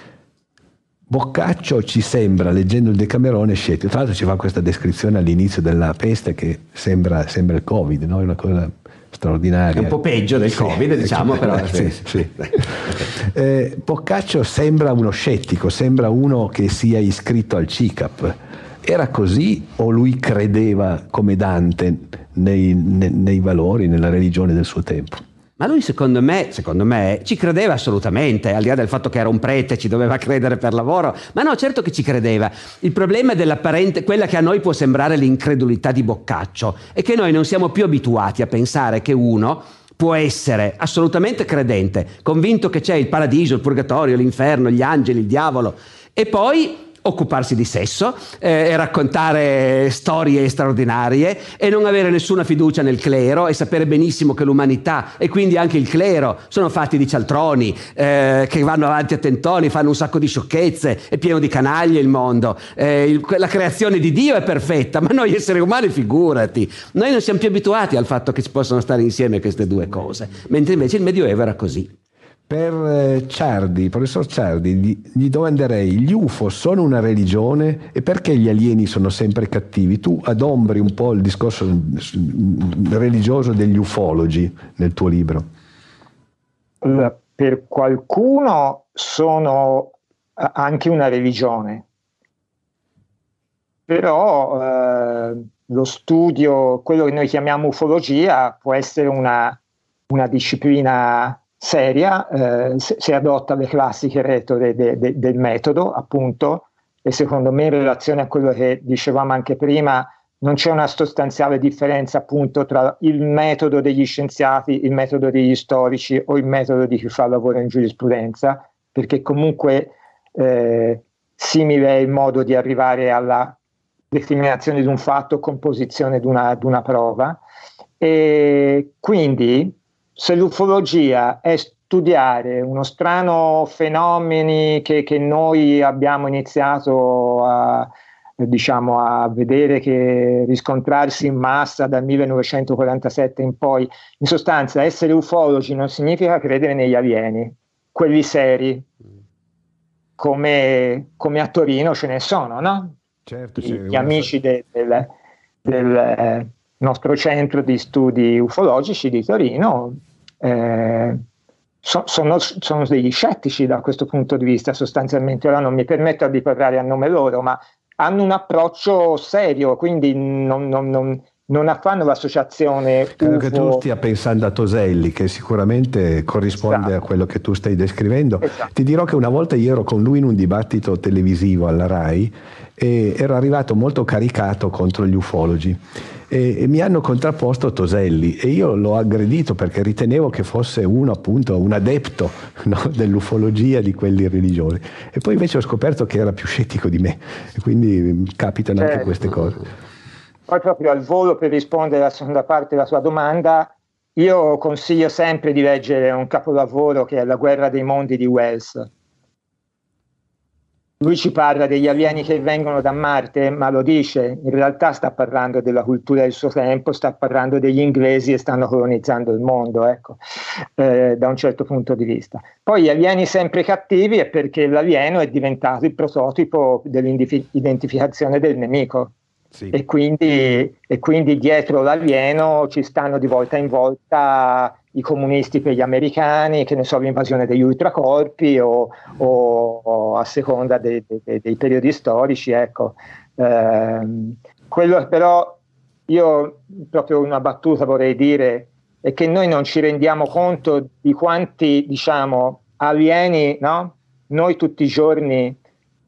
Boccaccio ci sembra, leggendo il Decamerone, scettico. Tra l'altro ci fa questa descrizione all'inizio della peste che sembra, sembra il Covid, no? È una cosa straordinaria. È un po' peggio del Covid, sì, diciamo, però. Sì, sì. Eh, Boccaccio sembra uno scettico, sembra uno che sia iscritto al C I C A P. Era così o lui credeva come Dante nei, nei, nei valori, nella religione del suo tempo? Ma lui secondo me, secondo me ci credeva assolutamente, al di là del fatto che era un prete, ci doveva credere per lavoro, ma no, certo che ci credeva. Il problema è dell'apparente, quella che a noi può sembrare l'incredulità di Boccaccio, è che noi non siamo più abituati a pensare che uno può essere assolutamente credente, convinto che c'è il paradiso, il purgatorio, l'inferno, gli angeli, il diavolo, e poi occuparsi di sesso eh, e raccontare storie straordinarie e non avere nessuna fiducia nel clero e sapere benissimo che l'umanità e quindi anche il clero sono fatti di cialtroni eh, che vanno avanti a tentoni, fanno un sacco di sciocchezze, è pieno di canaglie il mondo, eh, il, la creazione di Dio è perfetta, ma noi esseri umani figurati, noi non siamo più abituati al fatto che ci possano stare insieme queste due cose, mentre invece il Medioevo era così. Per Ciardi, professor Ciardi, gli, gli domanderei: gli U F O sono una religione e perché gli alieni sono sempre cattivi? Tu adombri un po' il discorso religioso degli ufologi nel tuo libro. Per qualcuno sono anche una religione, però eh, lo studio, quello che noi chiamiamo ufologia, può essere una, una disciplina seria eh, se, se adotta le classiche retore de, de, del metodo, appunto, e secondo me in relazione a quello che dicevamo anche prima non c'è una sostanziale differenza appunto tra il metodo degli scienziati, il metodo degli storici o il metodo di chi fa lavoro in giurisprudenza, perché comunque eh, simile è il modo di arrivare alla determinazione di un fatto, composizione di una, di una prova, e quindi se l'ufologia è studiare uno strano fenomeno che, che noi abbiamo iniziato a, diciamo, a vedere che riscontrarsi in massa dal millenovecentoquarantasette in poi, in sostanza essere ufologi non significa credere negli alieni, quelli seri, come, come a Torino ce ne sono, no? Certo, Gli, gli amici de, del, del eh, nostro centro di studi ufologici di Torino eh, so, sono, sono degli scettici da questo punto di vista, sostanzialmente. Ora non mi permetto di parlare a nome loro, ma hanno un approccio serio, quindi non, non, non, non fanno l'associazione. Credo che tu stia pensando a Toselli, che sicuramente corrisponde esatto. a quello che tu stai descrivendo. Esatto. Ti dirò che una volta io ero con lui in un dibattito televisivo alla RAI e ero arrivato molto caricato contro gli ufologi e, e mi hanno contrapposto Toselli e io l'ho aggredito perché ritenevo che fosse uno appunto un adepto, no, dell'ufologia di quelli religiosi, e poi invece ho scoperto che era più scettico di me e quindi capitano certo. anche queste cose. Poi proprio al volo, per rispondere alla seconda parte della tua domanda, io consiglio sempre di leggere un capolavoro che è La guerra dei mondi di Wells. Lui ci parla degli alieni che vengono da Marte, ma lo dice, in realtà sta parlando della cultura del suo tempo, sta parlando degli inglesi che stanno colonizzando il mondo, ecco, eh, da un certo punto di vista. Poi gli alieni sempre cattivi è perché l'alieno è diventato il prototipo dell'identificazione del nemico. Sì. E, quindi, e quindi dietro l'alieno ci stanno di volta in volta i comunisti per gli americani, che ne so, l'invasione degli ultracorpi o, o, o a seconda dei, dei, dei periodi storici, ecco. Eh, quello però io proprio una battuta vorrei dire è che noi non ci rendiamo conto di quanti, diciamo, alieni, no? Noi tutti i giorni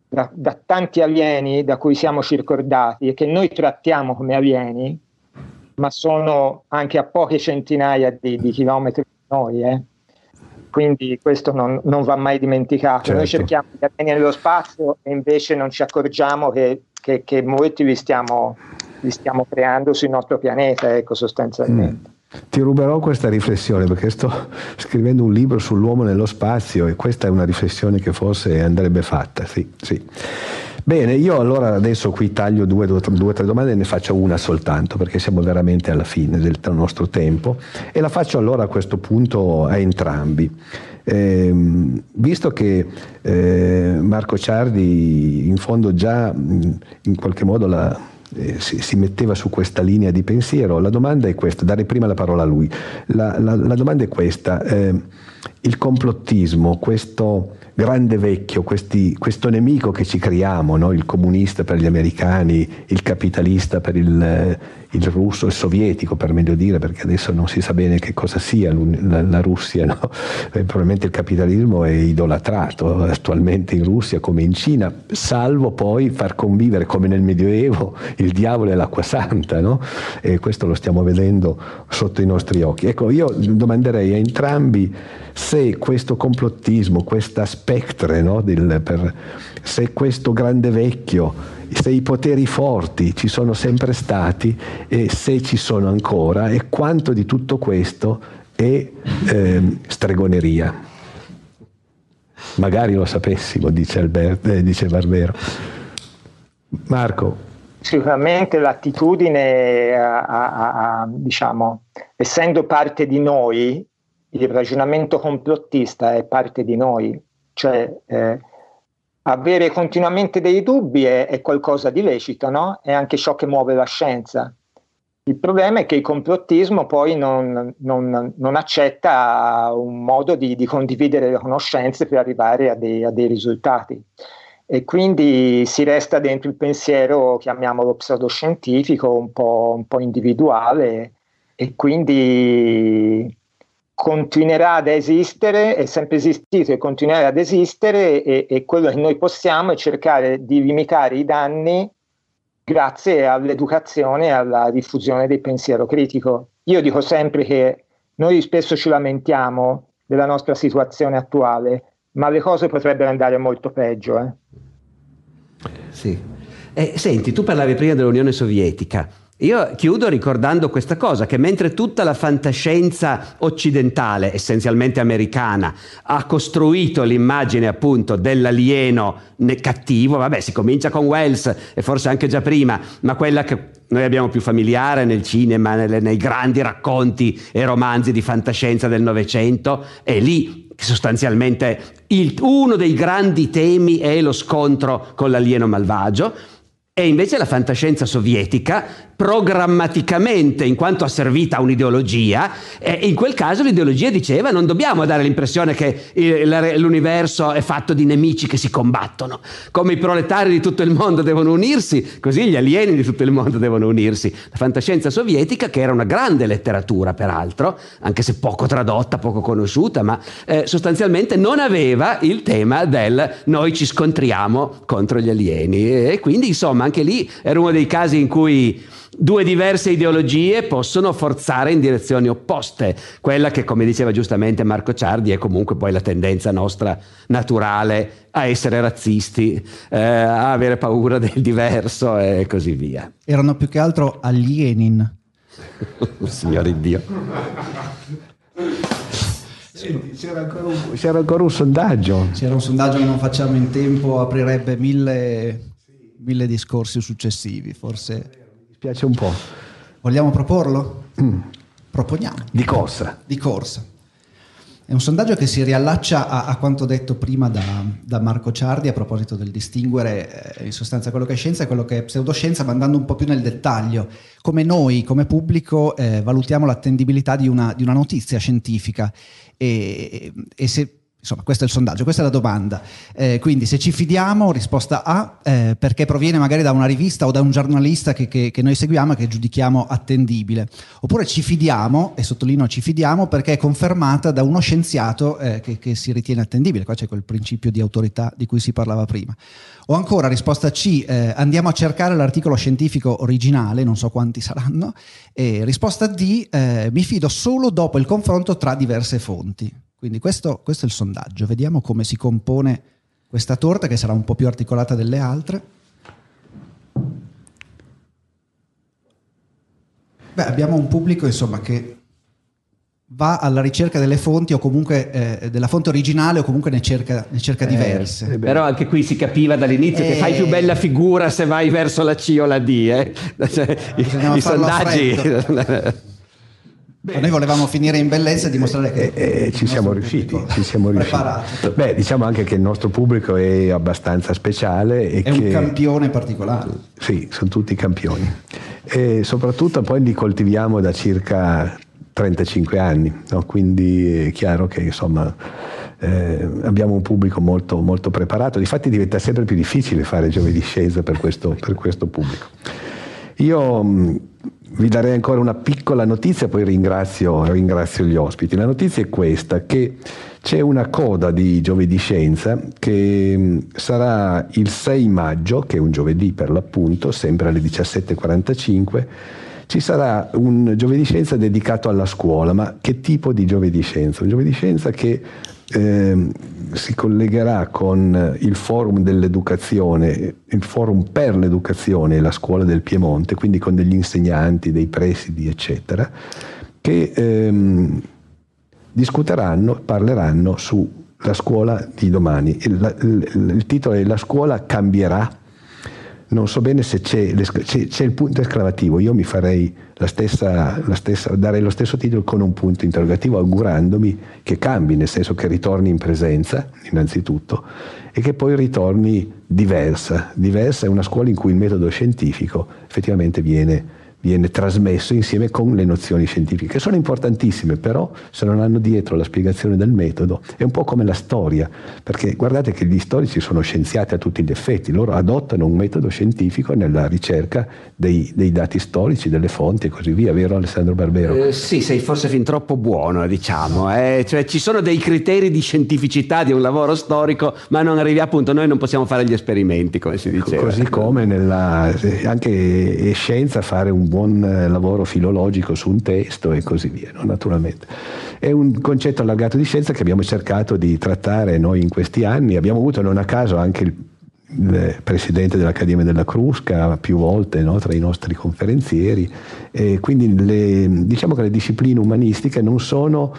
da, da tanti alieni da cui siamo circondati e che noi trattiamo come alieni, ma sono anche a poche centinaia di, di chilometri da noi, eh. Quindi questo non, non va mai dimenticato. Certo. Noi cerchiamo di alieni nello spazio e invece non ci accorgiamo che, che, che molti li stiamo, li stiamo creando sul nostro pianeta, ecco, sostanzialmente. Mm. Ti ruberò questa riflessione perché sto scrivendo un libro sull'uomo nello spazio e questa è una riflessione che forse andrebbe fatta, sì, sì. Bene, io allora adesso qui taglio due o due, tre domande e ne faccio una soltanto perché siamo veramente alla fine del nostro tempo e la faccio allora a questo punto a entrambi. Eh, visto che eh, Marco Ciardi in fondo già in qualche modo la Eh, si, si metteva su questa linea di pensiero, la domanda è questa, dare prima la parola a lui, la, la, la domanda è questa, eh, il complottismo, questo grande vecchio, questi, questo nemico che ci creiamo, no? Il comunista per gli americani, il capitalista per il, il russo, il sovietico per meglio dire, perché adesso non si sa bene che cosa sia la, la Russia, no? Eh, probabilmente il capitalismo è idolatrato attualmente in Russia come in Cina, salvo poi far convivere come nel Medioevo il diavolo e l'acqua santa, no? E questo lo stiamo vedendo sotto i nostri occhi. Ecco, io domanderei a entrambi se questo complottismo, questa spectre, no, del, per, se questo grande vecchio, se i poteri forti ci sono sempre stati e se ci sono ancora e quanto di tutto questo è eh, stregoneria. Magari lo sapessimo, dice, Albert, eh, dice Barbero. Marco. Sicuramente l'attitudine a, a, a, diciamo, essendo parte di noi, il ragionamento complottista è parte di noi, cioè eh, avere continuamente dei dubbi è, è qualcosa di lecito, no? È anche ciò che muove la scienza. Il problema è che il complottismo poi non, non, non accetta un modo di, di condividere le conoscenze per arrivare a dei, a dei risultati. E quindi si resta dentro il pensiero, chiamiamolo pseudoscientifico, un po', un po' individuale, e quindi continuerà ad esistere, è sempre esistito e continuerà ad esistere, e, e quello che noi possiamo è cercare di limitare i danni grazie all'educazione e alla diffusione del pensiero critico. Io dico sempre che noi spesso ci lamentiamo della nostra situazione attuale, ma le cose potrebbero andare molto peggio. Eh? Sì. Eh, senti, tu parlavi prima dell'Unione Sovietica. Io chiudo ricordando questa cosa, che mentre tutta la fantascienza occidentale, essenzialmente americana, ha costruito l'immagine appunto dell'alieno cattivo, vabbè, si comincia con Wells e forse anche già prima, ma quella che noi abbiamo più familiare nel cinema, nelle, nei grandi racconti e romanzi di fantascienza del Novecento, è lì che sostanzialmente il, uno dei grandi temi è lo scontro con l'alieno malvagio. E invece la fantascienza sovietica, programmaticamente, in quanto asservita a un'ideologia, eh, in quel caso l'ideologia diceva: non dobbiamo dare l'impressione che il, l'universo è fatto di nemici che si combattono. Come i proletari di tutto il mondo devono unirsi, così gli alieni di tutto il mondo devono unirsi. La fantascienza sovietica, che era una grande letteratura peraltro, anche se poco tradotta, poco conosciuta, ma eh, sostanzialmente non aveva il tema del noi ci scontriamo contro gli alieni. E quindi insomma anche lì era uno dei casi in cui due diverse ideologie possono forzare in direzioni opposte, quella che, come diceva giustamente Marco Ciardi, è comunque poi la tendenza nostra naturale a essere razzisti, eh, a avere paura del diverso e così via. Erano più che altro alienin. Signore Dio. C'era ancora, un, c'era ancora un sondaggio. C'era un sondaggio che non facciamo in tempo, aprirebbe mille, mille discorsi successivi, forse. Mi spiace un po'. Vogliamo proporlo? Mm. Proponiamo. Di corsa. Di corsa. È un sondaggio che si riallaccia a, a quanto detto prima da, da Marco Ciardi a proposito del distinguere eh, in sostanza quello che è scienza e quello che è pseudoscienza, ma andando un po' più nel dettaglio. Come noi, come pubblico, eh, valutiamo l'attendibilità di una, di una notizia scientifica e, e se Insomma, questo è il sondaggio, questa è la domanda. Eh, quindi se ci fidiamo, risposta A, eh, perché proviene magari da una rivista o da un giornalista che, che, che noi seguiamo e che giudichiamo attendibile. Oppure ci fidiamo, e sottolineo ci fidiamo, perché è confermata da uno scienziato eh, che, che si ritiene attendibile. Qua c'è quel principio di autorità di cui si parlava prima. O ancora, risposta C, eh, andiamo a cercare l'articolo scientifico originale, non so quanti saranno. E risposta D, eh, mi fido solo dopo il confronto tra diverse fonti. Quindi questo, questo è il sondaggio. Vediamo come si compone questa torta, che sarà un po' più articolata delle altre. Beh, abbiamo un pubblico, insomma, che va alla ricerca delle fonti o comunque eh, della fonte originale o comunque ne cerca, ne cerca eh, diverse. Eh però anche qui si capiva dall'inizio eh, che fai più bella figura se vai verso la C o la D. Eh? Cioè, i, i sondaggi... Beh, noi volevamo finire in bellezza e dimostrare che eh, eh, ci siamo riusciti, ci siamo riusciti. Beh, diciamo anche che il nostro pubblico è abbastanza speciale e è che, un campione particolare. Sì, sono tutti campioni e soprattutto poi li coltiviamo da circa trentacinque anni, no? Quindi è chiaro che insomma eh, abbiamo un pubblico molto, molto preparato. Difatti diventa sempre più difficile fare Giovedì Scienza per questo, per questo pubblico. Io mh, vi darei ancora una piccola notizia, poi ringrazio, ringrazio gli ospiti. La notizia è questa, che c'è una coda di Giovedì Scienza che mh, sarà il sei maggio, che è un giovedì per l'appunto, sempre alle diciassette e quarantacinque. Ci sarà un Giovedì Scienza dedicato alla scuola, ma che tipo di Giovedì Scienza? Un Giovedì Scienza che eh, si collegherà con il forum dell'educazione, il forum per l'educazione e la scuola del Piemonte, quindi con degli insegnanti, dei presidi, eccetera, che ehm, discuteranno, parleranno sulla scuola di domani. Il, il, il titolo è La scuola cambierà. Non so bene se c'è, c'è, c'è il punto esclamativo, io mi farei la stessa, la stessa, darei lo stesso titolo con un punto interrogativo, augurandomi che cambi, nel senso che ritorni in presenza, innanzitutto, e che poi ritorni diversa. Diversa è una scuola in cui il metodo scientifico effettivamente viene viene trasmesso insieme con le nozioni scientifiche, che sono importantissime, però se non hanno dietro la spiegazione del metodo è un po' come la storia, perché guardate che gli storici sono scienziati a tutti gli effetti, loro adottano un metodo scientifico nella ricerca dei, dei dati storici, delle fonti e così via, vero Alessandro Barbero? Eh, sì, sei forse fin troppo buono, diciamo, eh? Cioè, ci sono dei criteri di scientificità di un lavoro storico, ma non arrivi, appunto, noi non possiamo fare gli esperimenti, come si diceva. Così come nella, anche è scienza fare un buon lavoro filologico su un testo e così via, no? Naturalmente è un concetto allargato di scienza che abbiamo cercato di trattare noi in questi anni. Abbiamo avuto non a caso anche il, il presidente dell'Accademia della Crusca più volte, no? Tra i nostri conferenzieri, e quindi le, diciamo che le discipline umanistiche non sono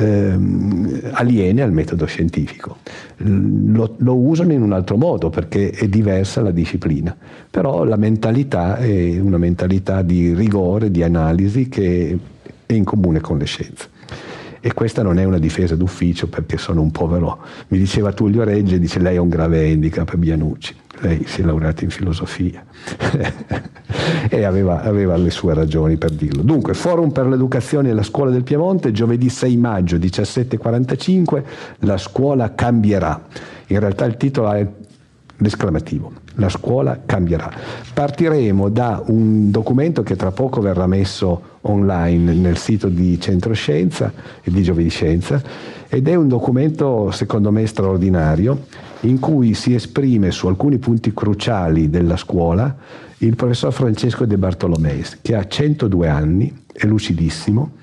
ehm, aliene al metodo scientifico, lo, lo usano in un altro modo perché è diversa la disciplina, però la mentalità è una mentalità di rigore, di analisi che è in comune con le scienze. E questa non è una difesa d'ufficio perché sono un povero, mi diceva Tullio Regge, dice lei ha un grave handicap, Bianucci, lei si è laureata in filosofia e aveva, aveva le sue ragioni per dirlo. Dunque, Forum per l'Educazione e la Scuola del Piemonte, giovedì sei maggio, diciassette e quarantacinque, la scuola cambierà. In realtà il titolo è l'esclamativo, la scuola cambierà. Partiremo da un documento che tra poco verrà messo online nel sito di Centroscienza e di Giovedì Scienza, ed è un documento secondo me straordinario in cui si esprime su alcuni punti cruciali della scuola il professor Francesco De Bartolomeis, che ha centodue anni, è lucidissimo,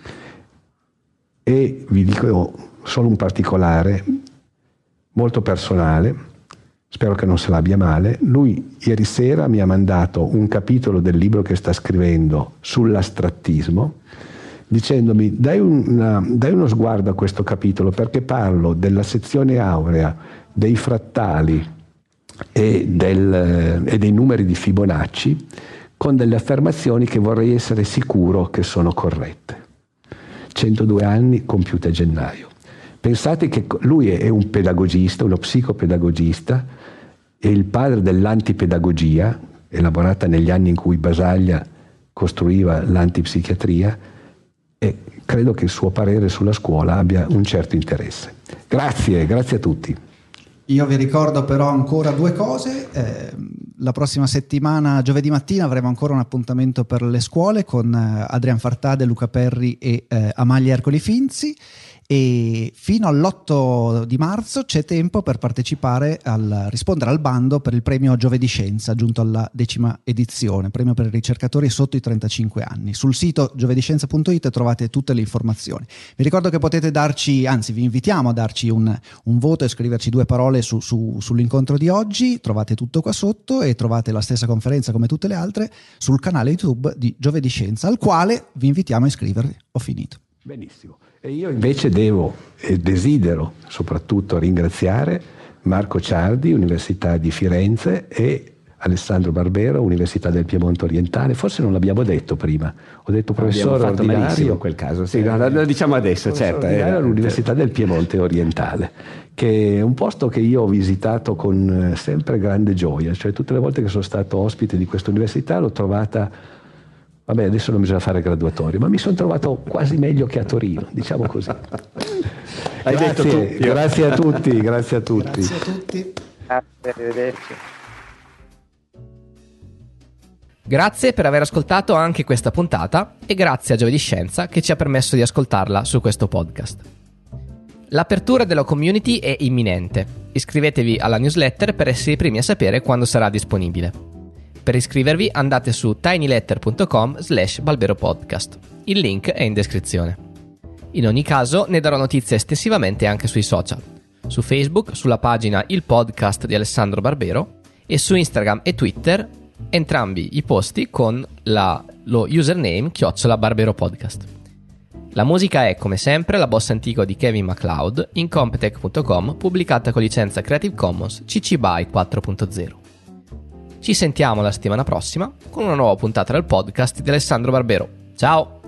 e vi dico solo un particolare molto personale. Spero che non se l'abbia male. Lui ieri sera mi ha mandato un capitolo del libro che sta scrivendo sull'astrattismo, dicendomi dai, una, dai uno sguardo a questo capitolo perché parlo della sezione aurea, dei frattali e, del, e dei numeri di Fibonacci con delle affermazioni che vorrei essere sicuro che sono corrette. centodue anni compiute a gennaio. Pensate che lui è un pedagogista, uno psicopedagogista, è il padre dell'antipedagogia, elaborata negli anni in cui Basaglia costruiva l'antipsichiatria, e credo che il suo parere sulla scuola abbia un certo interesse. Grazie, grazie a tutti. Io vi ricordo però ancora due cose. Eh, la prossima settimana, giovedì mattina, avremo ancora un appuntamento per le scuole con eh, Adrian Fartade, Luca Perri e eh, Amalia Ercoli Finzi. E fino all'otto di marzo c'è tempo per partecipare al rispondere al bando per il premio Giovedì Scienza, giunto alla decima edizione, premio per i ricercatori sotto i trentacinque anni. Sul sito giovediscienza punto it trovate tutte le informazioni. Vi ricordo che potete darci, anzi vi invitiamo a darci un, un voto e scriverci due parole su, su, sull'incontro di oggi. Trovate tutto qua sotto e trovate la stessa conferenza come tutte le altre sul canale YouTube di Giovedì Scienza, al quale vi invitiamo a iscrivervi. Ho finito. Benissimo. E io invece devo e desidero soprattutto ringraziare Marco Ciardi, Università di Firenze, e Alessandro Barbero, Università del Piemonte Orientale. Forse non l'abbiamo detto prima, ho detto professore fatto ordinario in quel caso, sì, no, lo diciamo adesso, certo. Ordinario all'Università del Piemonte Orientale, che è un posto che io ho visitato con sempre grande gioia, cioè tutte le volte che sono stato ospite di questa università l'ho trovata. Vabbè, adesso non bisogna fare graduatorio, ma mi sono trovato quasi meglio che a Torino, diciamo così. Hai grazie, detto tu. Grazie a tutti, grazie a tutti. Grazie a tutti. Grazie, arrivederci. Grazie per aver ascoltato anche questa puntata e grazie a Giovedì Scienza che ci ha permesso di ascoltarla su questo podcast. L'apertura della community è imminente. Iscrivetevi alla newsletter per essere i primi a sapere quando sarà disponibile. Per iscrivervi andate su tinyletter punto com slash balberopodcast. Il link è in descrizione. In ogni caso ne darò notizie estensivamente anche sui social. Su Facebook, sulla pagina Il Podcast di Alessandro Barbero, e su Instagram e Twitter, entrambi i posti con la, lo username chiocciola Barbero Podcast. La musica è, come sempre, la bossa antico di Kevin MacLeod in competech punto com, pubblicata con licenza Creative Commons C C B Y quattro punto zero. Ci sentiamo la settimana prossima con una nuova puntata del podcast di Alessandro Barbero. Ciao!